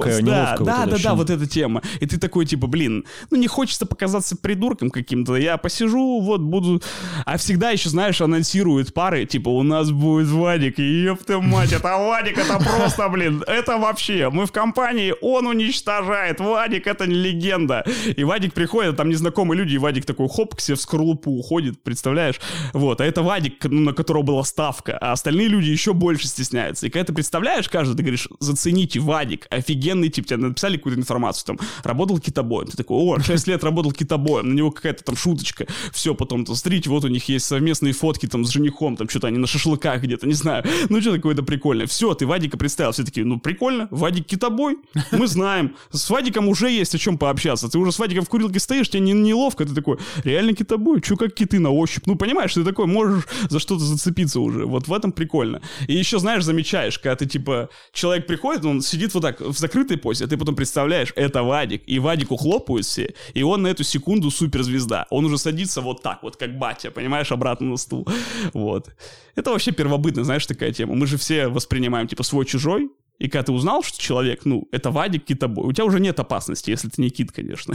Да, вот эта тема. И ты такой, типа, блин, не хочется показаться придурком каким-то, я посижу, вот, буду... А всегда еще, знаешь, анонсируют пары, типа, у нас будет Вадик, ёпта мать, это Вадик, это просто, блин, это вообще, мы в компании, он уничтожает, Вадик, это не легенда. И Вадик приходит, там незнакомые люди, и Вадик такой, хоп, к себе в скорлупу уходит, представляешь? Вот, а это Вадик, на которого была ставка, а остальные люди еще больше стесняются. И когда ты представляешь каждый, ты говоришь, зацените, Вадик, офигенный тип, тебе написали какую-то информацию, там, работал китобоем, ты такой, 6 лет работал китобоем, на него какая-то там шуточка, все, потом, смотрите, вот у них есть совместные фотки там с женихом, там, что-то они на шашлыках где-то, не знаю, ну, что такое-то прикольное. Все, ты Вадика представил, все такие, ну, прикольно, Вадик китобой, мы знаем, с Вадиком уже есть о чем пообщаться, ты уже с Вадиком в курилке стоишь, тебе неловко, ты такой, реально китобой, что как киты на ощупь, ну, понимаешь, ты такой можешь за что-то зацепиться уже, вот в этом прикольно. И еще, знаешь, замечаешь, когда ты, типа, человек приходит, он сидит вот так в закрытой позе, а ты потом представляешь, это Вадик, и Вадику хлопают все, и он на эту секунду суперзвезда, он уже садится вот так вот, как батя, понимаешь, обратно на стул, вот. Это вообще первобытная, знаешь, такая тема, мы же все воспринимаем, типа, свой-чужой, и когда ты узнал, что человек, ну, это Вадик китобой, у тебя уже нет опасности, если ты не кит, конечно.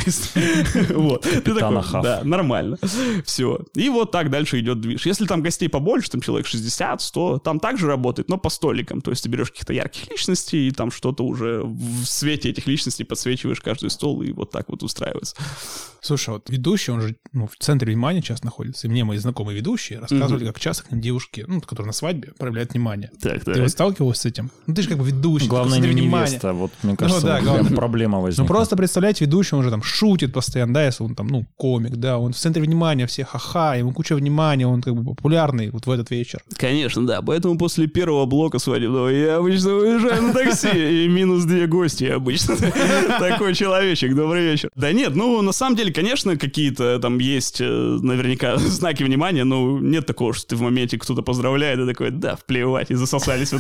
Вот. Ты такой, да, нормально. Все. И вот так дальше идет движ. Если там гостей побольше, там человек 60, 100, там также работает, но по столикам. То есть ты берешь каких-то ярких личностей, и там что-то уже в свете этих личностей подсвечиваешь каждый стол, и вот так вот устраивается. Слушай, вот ведущий, он же в центре внимания сейчас находится, и мне мои знакомые ведущие рассказывали, как часто к ним девушки, которые на свадьбе, проявляют внимание. Так. Ты вот сталкивался с этим? Ну, ты же как бы ведущий. Главное, не невеста. Вот, мне кажется, прям проблема возникла. Ну, просто представляете, ведущий, он же там шутит постоянно, да, если он там, комик, да, он в центре внимания, все ха-ха, ему куча внимания, он как бы популярный вот в этот вечер. Конечно, да, поэтому после первого блока свадебного я обычно уезжаю на такси, и минус 2 гости обычно. Такой человечек, добрый вечер. Да нет, на самом деле, конечно, какие-то там есть наверняка знаки внимания, но нет такого, что ты в моменте кто-то поздравляет, и такой, да, вплевать, и засосались.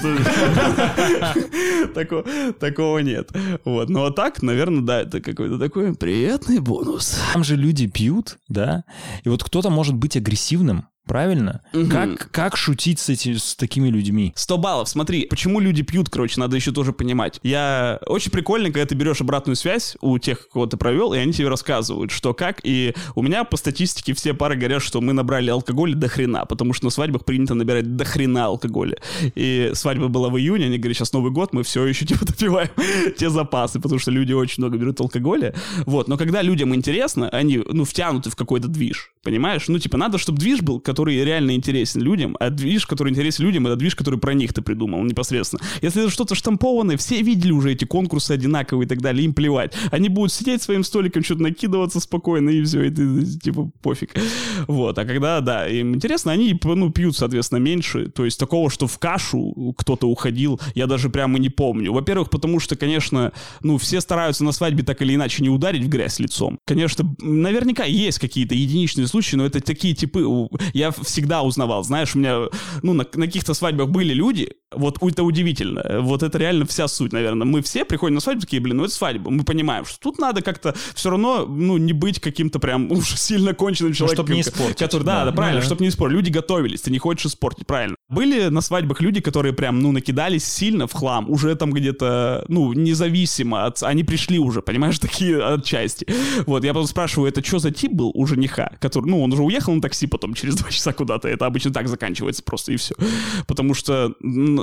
Такого нет. Вот. Ну а так, наверное, да, это какой-то такой приятный бонус. Там же люди пьют, да, и вот кто-то может быть агрессивным. Правильно? Угу. Как шутить с такими людьми? 100 баллов. Смотри, почему люди пьют, надо еще тоже понимать. Очень прикольно, когда ты берешь обратную связь у тех, кого ты провел, и они тебе рассказывают, что как. И у меня по статистике все пары говорят, что мы набрали алкоголя до хрена, потому что на свадьбах принято набирать до хрена алкоголя. И свадьба была в июне, они говорят, сейчас Новый год, мы все еще допиваем те запасы, потому что люди очень много берут алкоголя. Вот. Но когда людям интересно, они, втянуты в какой-то движ. Понимаешь? Надо, чтобы движ был, который реально интересен людям, а движ, который интересен людям, это движ, который про них ты придумал непосредственно. Если это что-то штампованное, все видели уже эти конкурсы одинаковые и так далее, им плевать. Они будут сидеть своим столиком, что-то накидываться спокойно, и все, и ты, пофиг. Вот, а когда, да, им интересно, они, пьют, соответственно, меньше. То есть такого, что в кашу кто-то уходил, я даже прямо не помню. Во-первых, потому что, конечно, все стараются на свадьбе так или иначе не ударить в грязь лицом. Конечно, наверняка есть какие-то единичные случаи, но это такие типы, я всегда узнавал, знаешь, у меня, на каких-то свадьбах были люди, Вот это удивительно. Вот это реально вся суть, наверное. Мы все приходим на свадьбу, такие, это свадьба. Мы понимаем, что тут надо как-то все равно, не быть каким-то прям уж сильно конченным человеком. Чтобы не испортить. Да, правильно, чтобы не испортить. Люди готовились, ты не хочешь испортить, правильно. Были на свадьбах люди, которые прям, накидались сильно в хлам, уже там где-то, независимо от... Они пришли уже, понимаешь, такие отчасти. Вот, я потом спрашиваю, это что за тип был у жениха, который, он уже уехал на такси потом через 2 часа куда-то, это обычно так заканчивается просто, и все. Потому что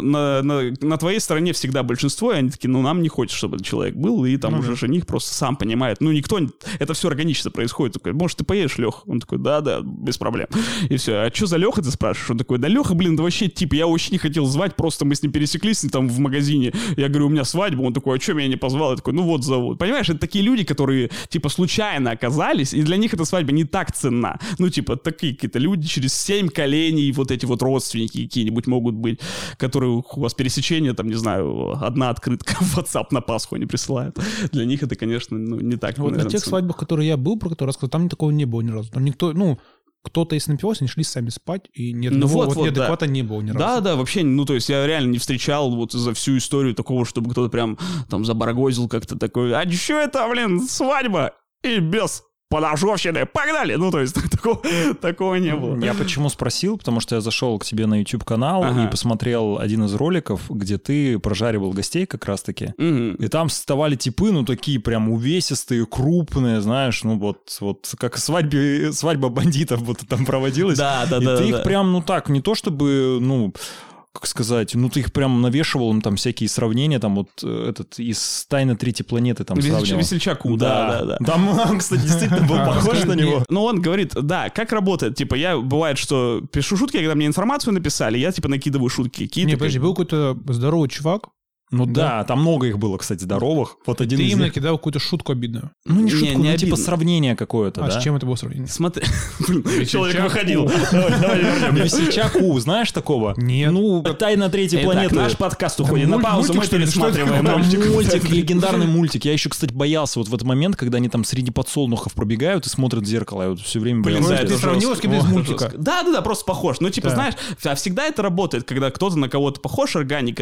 на твоей стороне всегда большинство, и они такие, нам не хочется, чтобы этот человек был, и там уже жених просто сам понимает. Никто... Это все органично происходит. Такой, может, ты поедешь, Лех? Он такой, да, без проблем. И все. А что за Леха, ты спрашиваешь? Он такой, да Леха, да вообще тип, я очень не хотел звать, просто мы с ним пересеклись там в магазине. Я говорю, у меня свадьба. Он такой, а что меня не позвал? Я такой, вот зовут. Понимаешь, это такие люди, которые, случайно оказались, и для них эта свадьба не так ценна. Такие какие-то люди через 7 коленей, вот эти вот родственники какие-нибудь могут быть, которые у вас пересечение, там, не знаю, одна открытка в WhatsApp на Пасху они присылают. Для них это, конечно, не так. Вот на тех свадьбах, которые я был, про которые рассказал, там такого не было ни разу. Там никто, кто-то, если напивался, они шли сами спать, и ни одного неадеквата не было ни разу. Да, вообще, то есть я реально не встречал вот за всю историю такого, чтобы кто-то прям там забарагозил как-то такой, а что это, свадьба? И без поножовщины, погнали! То есть такого не было. Я почему спросил? Потому что я зашел к тебе на YouTube-канал и посмотрел один из роликов, где ты прожаривал гостей как раз-таки. И там вставали типы, такие прям увесистые, крупные, знаешь, вот как свадьба бандитов будто там проводилась. Да. И ты их прям, так, не то чтобы, как сказать, ты их прям навешивал, там всякие сравнения, там этот из «Тайны третьей планеты» там сравнивал. Весельчаку, да. Там, кстати, действительно был похож на него. Он говорит, да, как работает, бывает, что пишу шутки, когда мне информацию написали, я, накидываю шутки какие-то. Не, подожди, был какой-то здоровый чувак. Да, там много их было, кстати, здоровых. Вот один ты из им них... накидал какую-то шутку обидную. Не шутку, не сравнение какое-то, да? С чем это было сравнение? Смотри, человек выходил. Давай вернем. Весельчаку, знаешь такого? Нет. «Тайна третьей планеты». Наш подкаст уходит на паузу, мы пересматриваем. Мультик, легендарный мультик. Я еще, кстати, боялся в этот момент, когда они там среди подсолнухов пробегают и смотрят в зеркало. Я все время боялся. Ты сравнил с кем-то из мультика. Да, просто похож. Знаешь, всегда это работает, когда кто-то на кого-то похож, органика.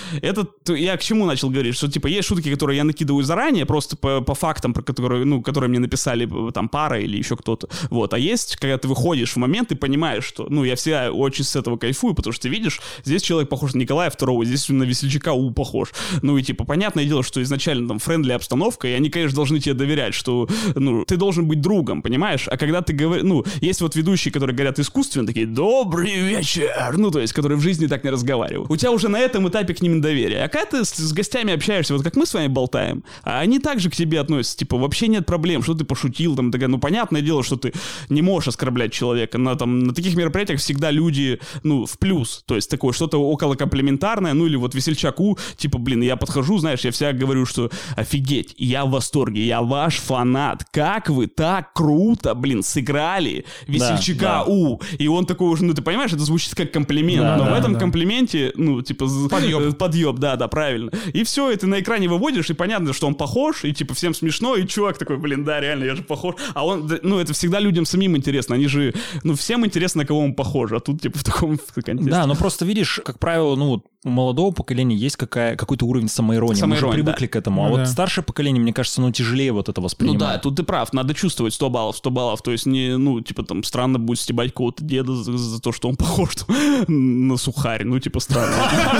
Я к чему начал говорить, что, есть шутки, которые я накидываю заранее, просто по фактам, про которые, которые мне написали там пара или еще кто-то. Вот. А есть, когда ты выходишь в момент и понимаешь, что, я всегда очень с этого кайфую, потому что ты видишь, здесь человек похож на Николая II, здесь на Весельчака похож. И, понятное дело, что изначально там френдли обстановка, и они, конечно, должны тебе доверять, что, ты должен быть другом, понимаешь? А когда ты говоришь, есть вот ведущие, которые говорят искусственно, такие, добрый вечер, то есть, которые в жизни так не разговаривают. У тебя уже на этом этапе к ним доверие. А когда ты с гостями общаешься, вот как мы с вами болтаем, а они также к тебе относятся, вообще нет проблем, что ты пошутил, там, такая, понятное дело, что ты не можешь оскорблять человека, на таких мероприятиях всегда люди, в плюс, то есть такое что-то около комплиментарное, или вот Весельчаку, я подхожу, знаешь, я всегда говорю, что офигеть, я в восторге, я ваш фанат, как вы так круто, сыграли Весельчака, и он такой уже, ты понимаешь, это звучит как комплимент, но в этом комплименте, подъеб, да, правильно. И все, и ты на экране выводишь, и понятно, что он похож, и всем смешно, и чувак такой, да, реально, я же похож. А он, это всегда людям самим интересно, они же, всем интересно, на кого он похож, а тут, в таком контексте. Да, но просто видишь, как правило, у молодого поколения есть какой-то уровень самоиронии. Мы же привыкли к этому. А вот старшее поколение, мне кажется, тяжелее вот это воспринимать. Да, тут ты прав, надо чувствовать 100 баллов, то есть не, странно будет стебать какого-то деда за то, что он похож на сухарь, странно.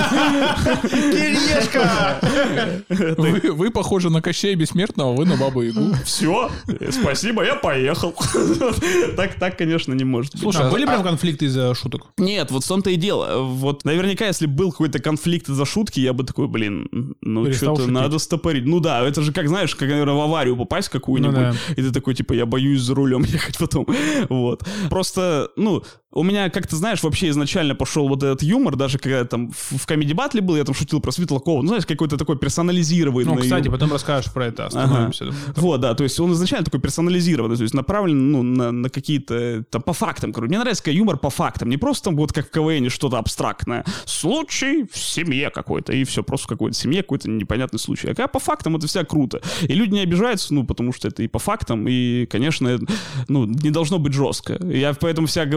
Кириешка! Вы похожи на Кощея Бессмертного, вы на Бабу-Ягу. Все, спасибо, я поехал. Так, конечно, не может быть. Слушай, были прям конфликты из-за шуток? Нет, вот в том-то и дело. Вот наверняка, если был какой-то конфликт из-за шутки, я бы такой, что-то надо стопорить. Да, это же как, знаешь, как, наверное, в аварию попасть какую-нибудь, и ты такой, я боюсь за рулем ехать потом. Вот. Просто, у меня, как ты знаешь, вообще изначально пошел вот этот юмор, даже когда там в Comedy Battle был, я там шутил про Светлакова, знаешь, какой-то такой персонализированный. Кстати, потом расскажешь про это, остановимся. Вот, да, то есть он изначально такой персонализированный, то есть направлен, на какие-то, там, по фактам, короче. Мне нравится как юмор по фактам, не просто там вот как в КВН что-то абстрактное. Случай в семье какой-то, и все, просто в какой-то семье какой-то непонятный случай. А когда по фактам, это всегда круто. И люди не обижаются, потому что это и по фактам, и, конечно, не должно быть жестко. Я поэтому всегда говорю, что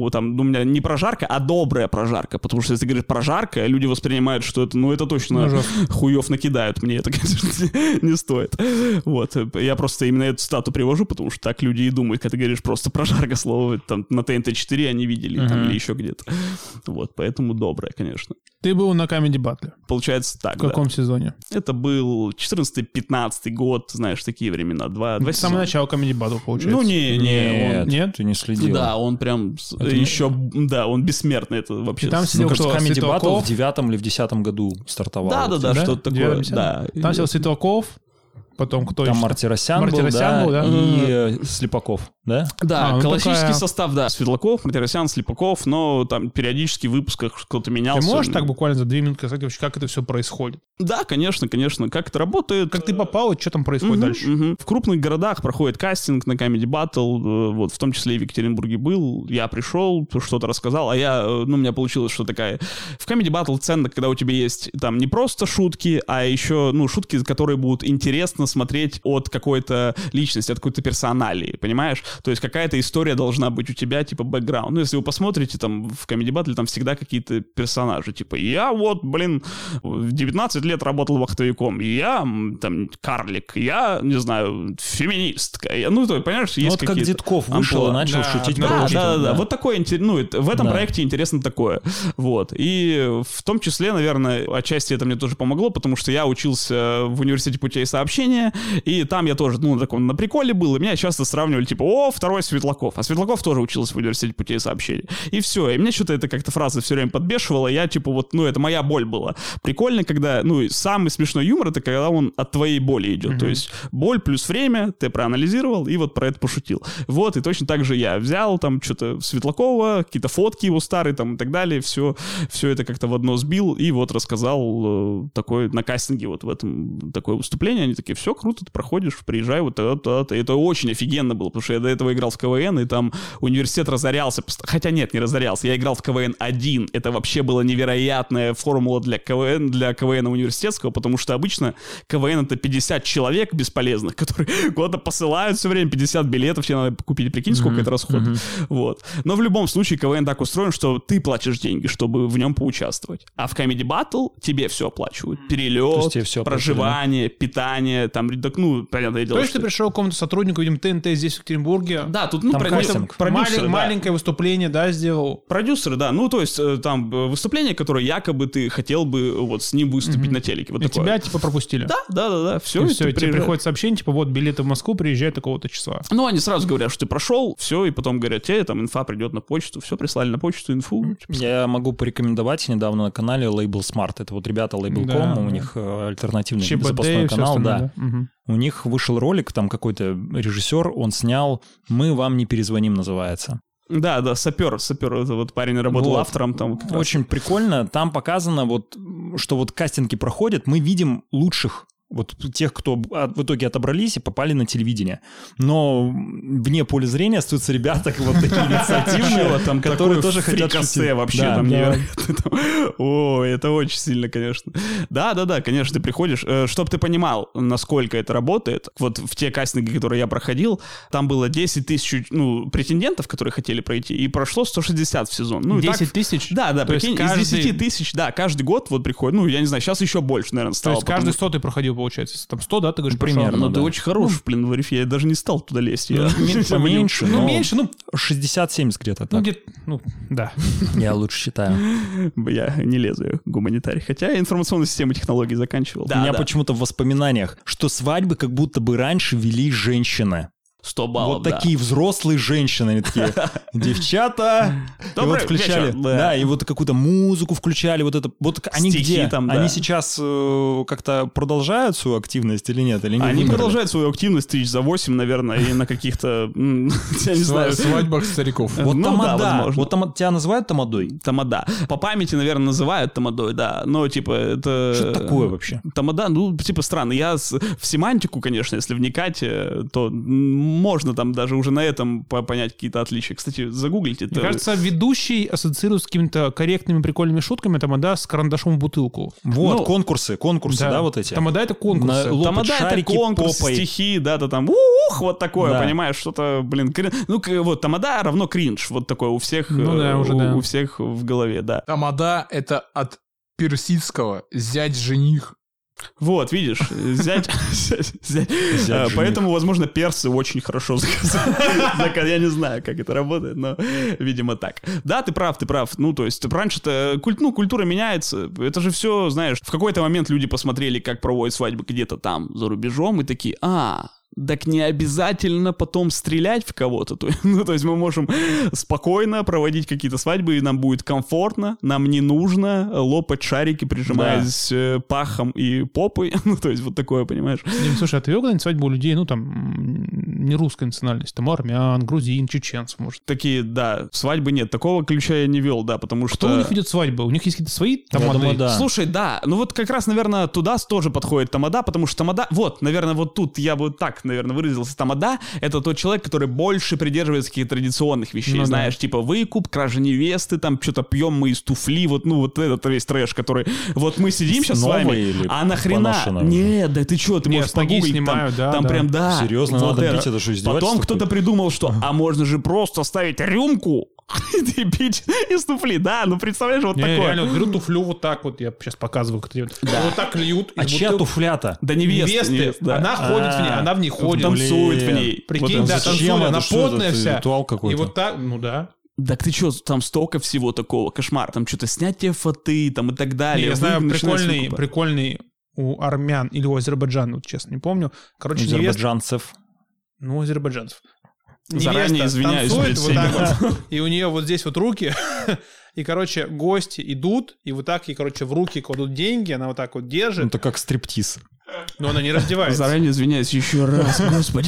там, у меня не прожарка, а добрая прожарка, потому что если ты говоришь прожарка, люди воспринимают, что это, это точно хуев накидают, мне это, конечно, не стоит. Вот, я просто именно эту стату привожу, потому что так люди и думают, когда ты говоришь просто прожарка слово, там, на ТНТ-4 они видели, там, или еще где-то. Вот, поэтому добрая, конечно. Ты был на Comedy Battle. Получается так, В каком сезоне? Это был 14-15 год, знаешь, такие времена. Два С самого начала Comedy Battle, получается. Ну, Нет? Ты не следил. Да, он прям еще... Да, он бессмертный, это вообще... И там сидел кажется, кто? Comedy Battle Светлаков? в 9 или в 10 году стартовал. Да, что-то такое. Да. Там сидел Светлаков, потом кто Там еще? Мартиросян был, да, и Слепаков, да? Да, классический такая... состав, да. Светлаков, Мартиросян, Слепаков, но там периодически в выпусках кто-то менялся. Ты можешь так буквально за 2 минуты сказать вообще, как это все происходит? Да, конечно, как это работает. Как ты попал, и что там происходит дальше? В крупных городах проходит кастинг на Comedy Battle, вот, в том числе и в Екатеринбурге был. Я пришел, что-то рассказал, у меня получилось, что такая... В Comedy Battle ценно, когда у тебя есть там не просто шутки, а еще, шутки, которые будут интересно смотреть от какой-то личности, от какой-то персоналии, понимаешь? То есть какая-то история должна быть у тебя, типа, бэкграунд. Если вы посмотрите, там, в Comedy Battle, там всегда какие-то персонажи, типа, я в 19 лет работал вахтовиком, я, там, карлик, я, не знаю, феминистка. Понимаешь, есть вот как Дедков вышел и начал шутить про учителя. Да. Вот такое, в этом проекте интересно такое. Вот. И в том числе, наверное, отчасти это мне тоже помогло, потому что я учился в университете путей сообщения, и там я тоже, на приколе был, и меня часто сравнивали, типа, второй Светлаков. А Светлаков тоже учился в университете путей сообщения. И все. И мне что-то эта как-то фраза все время подбешивала, я, типа, это моя боль была. Прикольно, когда, самый смешной юмор, это когда он от твоей боли идет. То есть боль плюс время, ты проанализировал и вот про это пошутил. Вот, и точно так же я взял там что-то Светлакова, какие-то фотки его старые там и так далее, все это как-то в одно сбил и вот рассказал такой на кастинге вот в этом такое выступление. Они такие, все круто, ты проходишь, приезжай вот тогда-то. Это очень офигенно было, потому что я до этого играл в КВН, и там университет разорялся. Хотя нет, не разорялся. Я играл в КВН 1. Это вообще была невероятная формула для КВН университетского, потому что обычно КВН — это 50 человек бесполезных, которые куда-то посылают все время, 50 билетов тебе надо купить. Прикинь, сколько это расходит. Вот. Но в любом случае КВН так устроен, что ты платишь деньги, чтобы в нем поучаствовать. А в Comedy Battle тебе все оплачивают. Перелет, проживание, питание, там, понятное дело. То есть ты пришел к какому-то сотруднику, видимо, ТНТ здесь, в Екатеринбурге. Да, тут, продюсер, маленькое выступление, да, сделал. Продюсеры, да. То есть там выступление, которое якобы ты хотел бы вот с ним выступить на телеке. Вот и такое. тебя, типа, пропустили. Да. Все, тебе приходит сообщение, типа, вот билеты в Москву, приезжай такого-то числа. Они сразу говорят, что ты прошел, все, и потом говорят, тебе там инфа придет на почту, все, прислали на почту инфу. Я могу порекомендовать недавно на канале Label Smart. Это вот ребята Label.com, у них альтернативный запасной канал, да. У них вышел ролик, там какой-то режиссер, он снял «Мы вам не перезвоним» называется. Да, сапер, это вот парень работал автором там. Очень прикольно, там показано что кастинги проходят, мы видим лучших, вот тех, кто в итоге отобрались и попали на телевидение. Но вне поля зрения остаются ребята вот такие инициативные, которые тоже хотят шутить. Вообще там невероятно. Это очень сильно, конечно. Да, конечно, ты приходишь. Чтоб ты понимал, насколько это работает, вот в те кастинги, которые я проходил, там было 10 тысяч претендентов, которые хотели пройти, и прошло 160 в сезон. 10 тысяч? Да, прикинь, из 10 тысяч, да, каждый год вот приходит, я не знаю, сейчас еще больше, наверное, стало. То есть каждый 100 ты проходил, получается. Там 100, да, ты говоришь, примерно. Ты очень хорош в Пленварифе, я даже не стал туда лезть. Поменьше, меньше, 60-70 где-то так. Да. Я лучше считаю. Я не лезу гуманитарий, хотя информационную систему технологий заканчивал. У меня почему-то в воспоминаниях, что свадьбы как будто бы раньше вели женщины. 100 баллов, вот такие взрослые женщины, они такие, девчата, и вот включали, да, и вот какую-то музыку включали, вот это, вот они где? Они сейчас как-то продолжают свою активность или нет? Они продолжают свою активность тысяч за 8, наверное, и на каких-то, я не знаю, свадьбах стариков. Вот тамада, вот тебя называют тамадой? Тамада. По памяти, наверное, называют тамадой, да, но типа это... Что такое вообще? Тамада, типа странно. Я в семантику, конечно, если вникать, то можно там даже уже на этом понять какие-то отличия. Кстати, загуглите. Мне кажется, ведущий ассоциирует с какими-то корректными, прикольными шутками тамада с карандашом в бутылку. Вот, конкурсы, да, вот эти. Тамада — это конкурсы. Тамада — это конкурс, стихи, да, то там вот такое, понимаешь, что-то, блин, ну, вот тамада равно кринж, вот такое у всех, у всех в голове, да. Тамада — это от персидского «зять-жених». Вот, видишь, зять. Поэтому, возможно, персы очень хорошо заказали. Я не знаю, как это работает, но, видимо, так. Да, ты прав. Ну, то есть, раньше-то культура меняется. Это же все, знаешь, в какой-то момент люди посмотрели, как проводят свадьбы где-то там за рубежом, и такие, так не обязательно потом стрелять в кого-то. Ну, то есть мы можем спокойно проводить какие-то свадьбы, и нам будет комфортно, нам не нужно лопать шарики, прижимаясь пахом и попой. Ну, то есть вот такое, понимаешь? Слушай, а ты вел когда-нибудь свадьбу у людей, ну, там, не русской национальности, там, армян, грузин, чеченцев, может? Такие, да, свадьбы нет. Такого ключа я не вел, да, потому что... Кто у них ведет свадьбы? У них есть какие-то свои тамады? Думаю, да. Слушай, да, ну вот как раз, наверное, туда тоже подходит тамада, потому что тамада... Вот, наверное, вот тут я бы так, наверное, выразился. Тамада — это тот человек, который больше придерживается каких-то традиционных вещей, ну, знаешь, типа выкуп, кража невесты, там что-то пьем мы из туфли, вот, ну, вот этот весь трэш, который... Вот мы сидим сейчас с вами, а нахрена... Нет, да ты что, ты можешь погуглить, там прям, да. Серьезно, вот надо пить, это что, издевательство? Потом кто-то придумал, что, можно же просто ставить рюмку и пить из туфли, да, ну представляешь, вот такое. Реально, беру туфлю вот так вот, я сейчас показываю, как это делают. Вот так льют. А чья туфля-то? Да невесты, да. Она ходит в ней, она в ней ходит. Танцует в ней. Прикинь, да, танцует, она потная вся. Ритуал какой-то. И вот так, ну да. Так ты что, там столько всего такого, кошмар, там что-то снятие фаты, там и так далее. Я знаю, прикольный у армян или у азербайджан, вот честно не помню. Короче, азербайджанцев. Ну, азербайджанцев. Заранее извиняюсь. Танцует вот так вот, и у нее вот здесь вот руки, и, короче, гости идут, и вот так ей, короче, в руки кладут деньги, она вот так вот держит. Это как стриптиз. Но она не раздевается. Заранее извиняюсь еще раз, господи.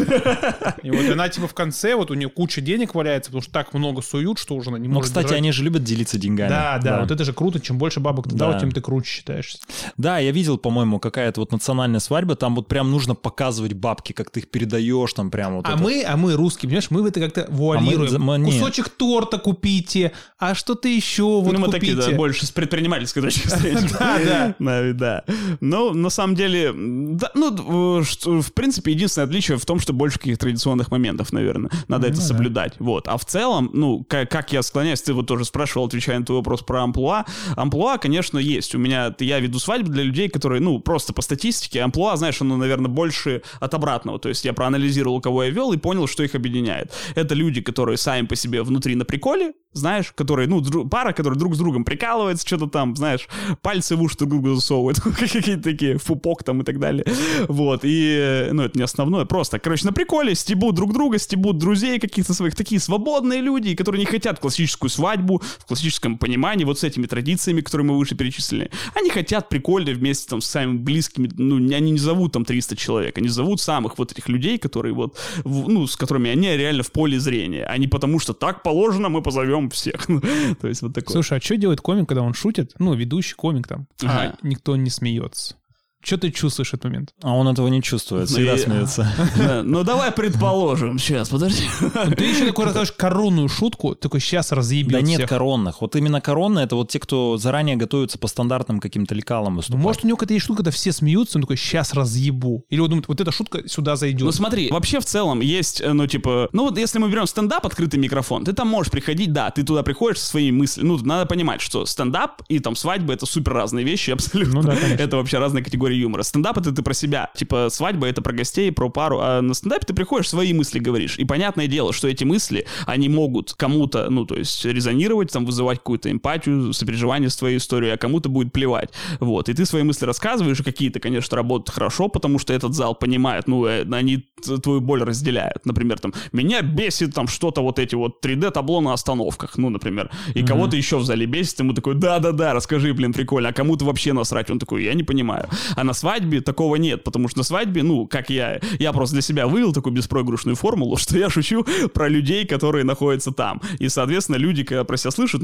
И вот она типа в конце, вот у нее куча денег валяется, потому что так много суют, что уже она не может. Ну, кстати, держать. Они же любят делиться деньгами. Да, вот это же круто, чем больше бабок ты дал, тем ты круче считаешься. Да, я видел, по-моему, какая-то вот национальная свадьба, там вот прям нужно показывать бабки, как ты их передаешь, там прям вот. А мы русские, понимаешь, мы в это как-то вуалируем. Кусочек торта купите, а что-то еще вот купите. Ну, мы такие, да, больше с предпринимательской точки зрения. Да. Но на самом деле, да, ну, в принципе, единственное отличие в том, что больше каких-то традиционных моментов, наверное, надо это соблюдать. Вот. А в целом, ну, как я склоняюсь, ты вот тоже спрашивал, отвечая на твой вопрос про амплуа. Амплуа, конечно, есть. Я веду свадьбы для людей, которые, ну, просто по статистике, амплуа, знаешь, оно, наверное, больше от обратного. То есть я проанализировал, кого я вел, и понял, что их объединяет. Это люди, которые сами по себе внутри на приколе, знаешь, которые, ну, пара, которая друг с другом прикалывается, что-то там, знаешь, пальцы в уши друг другу засовывают, какие-то такие, в пупок там и так далее. Вот, и, ну, это не основное, просто, короче, на приколе стебут друг друга, стебут друзей каких-то своих, такие свободные люди, которые не хотят классическую свадьбу в классическом понимании, вот с этими традициями, которые мы выше перечислили. Они хотят прикольно вместе там с самыми близкими, ну, они не зовут там 300 человек, они зовут самых вот этих людей, которые вот, ну, с которыми они реально в поле зрения, а не потому что так положено, мы позовем всех. То есть вот такое. Слушай, а что делает комик, когда он шутит? Ну, ведущий комик там, а никто не смеется. Что ты чувствуешь в этот момент? А он этого не чувствует, всегда смеется. Ну, давай предположим. Сейчас, подожди. Ты еще такой расскажешь коронную шутку, такой сейчас разъебет всех. Да нет всех. коронных. Вот именно коронные — это вот те, кто заранее готовятся по стандартным каким-то лекалам выступать. Ну, может, у него какая-то есть шутка, когда все смеются, он такой, сейчас разъебу. Или он думает, вот эта шутка сюда зайдет. Ну, смотри, вообще в целом есть, ну, типа... Ну, вот если мы берем стендап, открытый микрофон, ты там можешь приходить, да, ты туда приходишь со своими мыслями. Ну, надо понимать, что стендап и там свадьба — это супер разные вещи, абсолютно. Ну, да, это вообще разные категории юмора. Стендап — это ты про себя. Типа, свадьба — это про гостей, про пару, а на стендапе ты приходишь, свои мысли говоришь. И понятное дело, что эти мысли, они могут кому-то, ну, то есть резонировать, там, вызывать какую-то эмпатию, сопереживание с твоей историей, а кому-то будет плевать. Вот. И ты свои мысли рассказываешь, и какие-то, конечно, работают хорошо, потому что этот зал понимает, ну, они твою боль разделяют. Например, там, меня бесит там что-то вот эти вот 3D-табло на остановках, ну, например. И кого-то еще в зале бесит, ему такой, да-да-да, расскажи, блин, прикольно. А кому-то вообще насрать. Он такой, я не понимаю. А на свадьбе такого нет, потому что на свадьбе, ну, как я просто для себя вывел такую беспроигрышную формулу, что я шучу про людей, которые находятся там. И, соответственно, люди, когда про себя слышат, ну,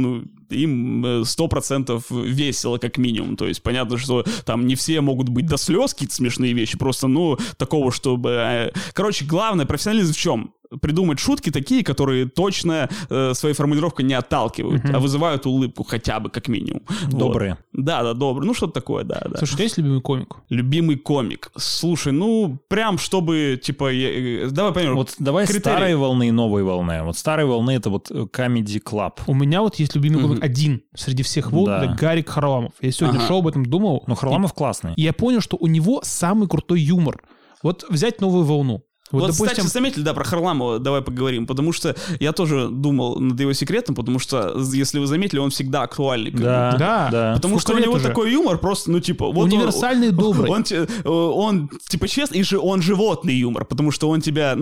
им 100% весело, как минимум. То есть понятно, что там не все могут быть до слез какие-то смешные вещи, просто, такого, чтобы... Короче, главное, профессионализм в чем? Придумать шутки такие, которые точно своей формулировкой не отталкивают, а вызывают улыбку хотя бы, как минимум. Добрые. Вот. Да, добрые. Ну, что-то такое, да. Слушай, у тебя есть любимый комик? Любимый комик. Слушай, прям чтобы, давай поймем. Вот давай старой волны и новой волны. Вот старой волны — это вот Comedy Club. У меня вот есть любимый комик один среди всех волн, это Гарик Харламов. Я сегодня шоу об этом думал. Но Харламов классный. И я понял, что у него самый крутой юмор. Вот взять новую волну. Вот, допустим... кстати, заметили, про Харламова давай поговорим, потому что я тоже думал над его секретом, потому что, если вы заметили, он всегда актуальный. Да. Потому что у него такой юмор просто, универсальный и добрый. Он честный, и он животный юмор, потому что он тебя,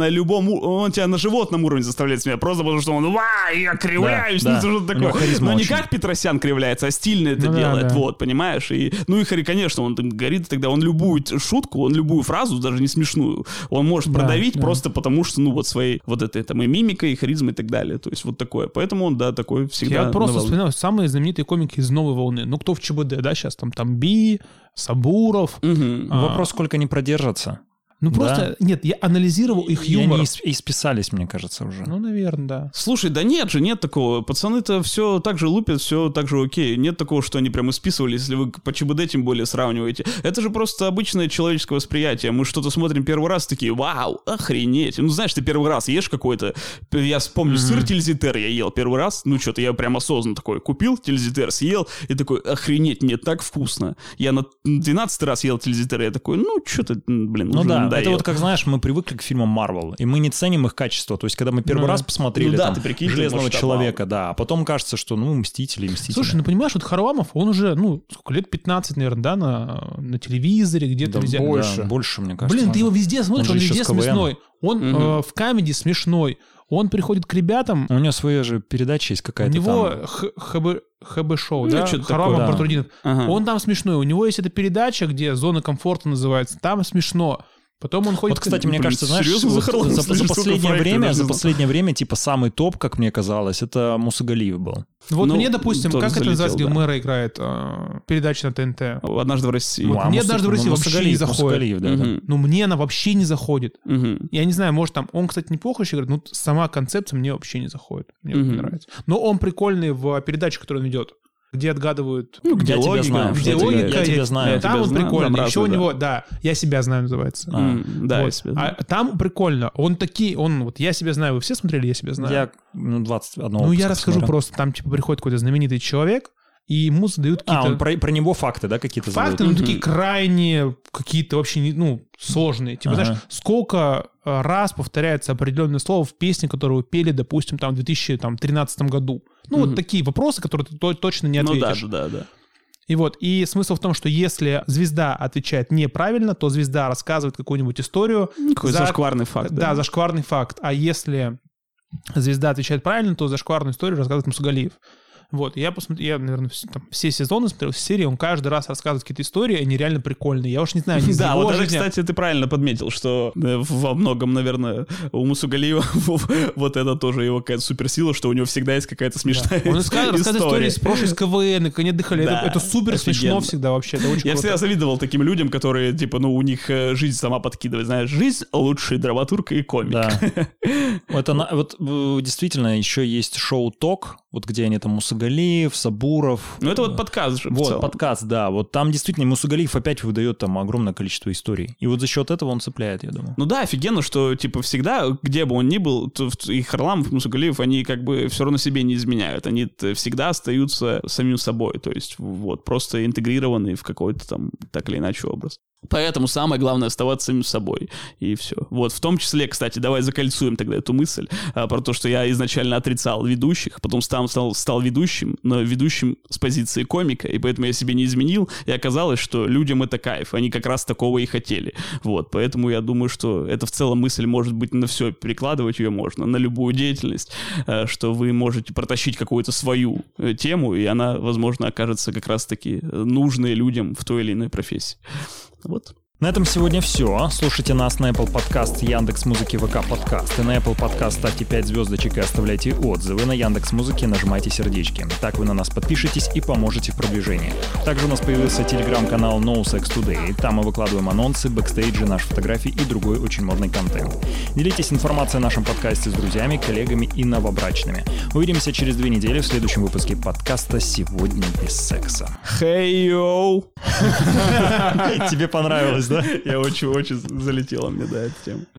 он тебя на животном уровне заставляет смеяться, просто потому что он, я кривляюсь, что-то такое. Но не как Петросян кривляется, а стильно это делает, вот, понимаешь? И Хари, конечно, он горит, тогда он любую шутку, он любую фразу, даже не смешную, он может продавить просто потому, что, своей этой там и мимикой, и харизмой и так далее. То есть вот такое. Поэтому он, такой всегда. Я просто вспоминаю самые знаменитые комики из новой волны. Кто в ЧБД, сейчас там Би, Сабуров. Вопрос, сколько они продержатся. Просто, нет, я анализировал их юмор. Они и списались, мне кажется, уже. Наверное, да. Слушай, нет такого. Пацаны-то все так же лупят, все так же окей. Нет такого, что они прямо списывались, если вы по ЧБД тем более сравниваете. Это же просто обычное человеческое восприятие. Мы что-то смотрим первый раз, такие, вау, охренеть. Знаешь, ты первый раз ешь какой-то... Я вспомню, сыр тильзитер я ел первый раз. Что-то я прям осознанно такой купил тильзитер, съел, и такой, охренеть, нет, так вкусно. Я на 12-й раз ел тильзитер, и я такой, что-то, уже это вот как, знаешь, мы привыкли к фильмам Marvel, и мы не ценим их качество. То есть, когда мы первый раз посмотрели «Железного человека», а потом кажется, что, Мстители. Слушай, понимаешь, Харламов, он уже, лет 15, наверное, на телевизоре где-то везде. Больше, мне кажется. Блин, ты его везде смотришь, он везде смешной. Он в комедии смешной. Он приходит к ребятам... У него своя же передача есть какая-то. У него ХБ-шоу, да? Харламов Батрутдинов. Он там смешной. У него есть эта передача, где «Зона комфорта» называется. Там смешно. Потом он ходит... Вот, кстати, мне кажется, знаешь, за последнее время, самый топ, как мне казалось, это Мусагалиев был. Мне, допустим, как это называется, где мэра играет передача на ТНТ? «Однажды в России». Мне «Однажды в России» вообще не заходит. Мне она вообще не заходит. Я не знаю, может, там... Он, кстати, неплохо еще играет, сама концепция мне вообще не заходит. Мне не нравится. Но он прикольный в передаче, которую он ведет. Где отгадывают... где логика. Я тебя знаю. Там он прикольный. Еще у него, «Я себя знаю» называется. Я себя знаю. Там прикольно. «Я себя знаю». Вы все смотрели «Я себя знаю»? Я 21 я расскажу просто. Там приходит какой-то знаменитый человек, и ему задают какие-то... он про него факты, да, какие-то задают? Факты, такие крайне, какие-то вообще, сложные. Знаешь, сколько раз повторяется определенное слово в песне, которую пели, допустим, в 2013 году. Вот такие вопросы, которые ты точно не ответишь. Да. И смысл в том, что если звезда отвечает неправильно, то звезда рассказывает какую-нибудь историю. Какой-то зашкварный факт. Да, зашкварный факт. А если звезда отвечает правильно, то зашкварную историю рассказывает Мусагалиев. Я посмотрел, я, наверное, все сезоны смотрел, все серии, он каждый раз рассказывает какие-то истории, они реально прикольные. Я уж не знаю, да, вот даже, кстати, ты правильно подметил, что во многом, наверное, у Мусагалиева вот это тоже его какая-то суперсила, что у него всегда есть какая-то смешная история. Он рассказывает истории с прошлой, с КВН, как они отдыхали. Это супер смешно всегда вообще. Я всегда завидовал таким людям, которые, у них жизнь сама подкидывает. Знаешь, жизнь лучший драматург и комик. Да. Вот действительно еще есть шоу «Ток», где они там Мусагалиев, Сабуров. Это подкаст же. Подкаст, да. Там действительно Мусагалиев опять выдает огромное количество историй. И за счет этого он цепляет, я думаю. Да, офигенно, что всегда, где бы он ни был, и Харламов, и Мусагалиев, они все равно себе не изменяют. Они всегда остаются самим собой. То есть просто интегрированы в какой-то так или иначе образ. Поэтому самое главное оставаться самим собой. И все. В том числе, кстати, давай закольцуем тогда эту мысль про то, что я изначально отрицал ведущих, потом стал ведущим, но ведущим с позиции комика, и поэтому я себе не изменил, и оказалось, что людям это кайф, они как раз такого и хотели. Поэтому я думаю, что это в целом мысль может быть на все, перекладывать ее можно, на любую деятельность, что вы можете протащить какую-то свою тему, и она, возможно, окажется как раз-таки нужной людям в той или иной профессии. На этом сегодня все. Слушайте нас на Apple Podcast, Яндекс.Музыке, ВК Подкаст. И на Apple Podcast ставьте 5 звездочек и оставляйте отзывы. На Яндекс.Музыке нажимайте сердечки. Так вы на нас подпишетесь и поможете в продвижении. Также у нас появился телеграм-канал No Sex Today. Там мы выкладываем анонсы, бэкстейджи, наши фотографии и другой очень модный контент. Делитесь информацией о нашем подкасте с друзьями, коллегами и новобрачными. Увидимся через 2 недели в следующем выпуске подкаста «Сегодня без секса». Hey, yo! Тебе понравилось, да? Я очень залетела мне, да, эта тема.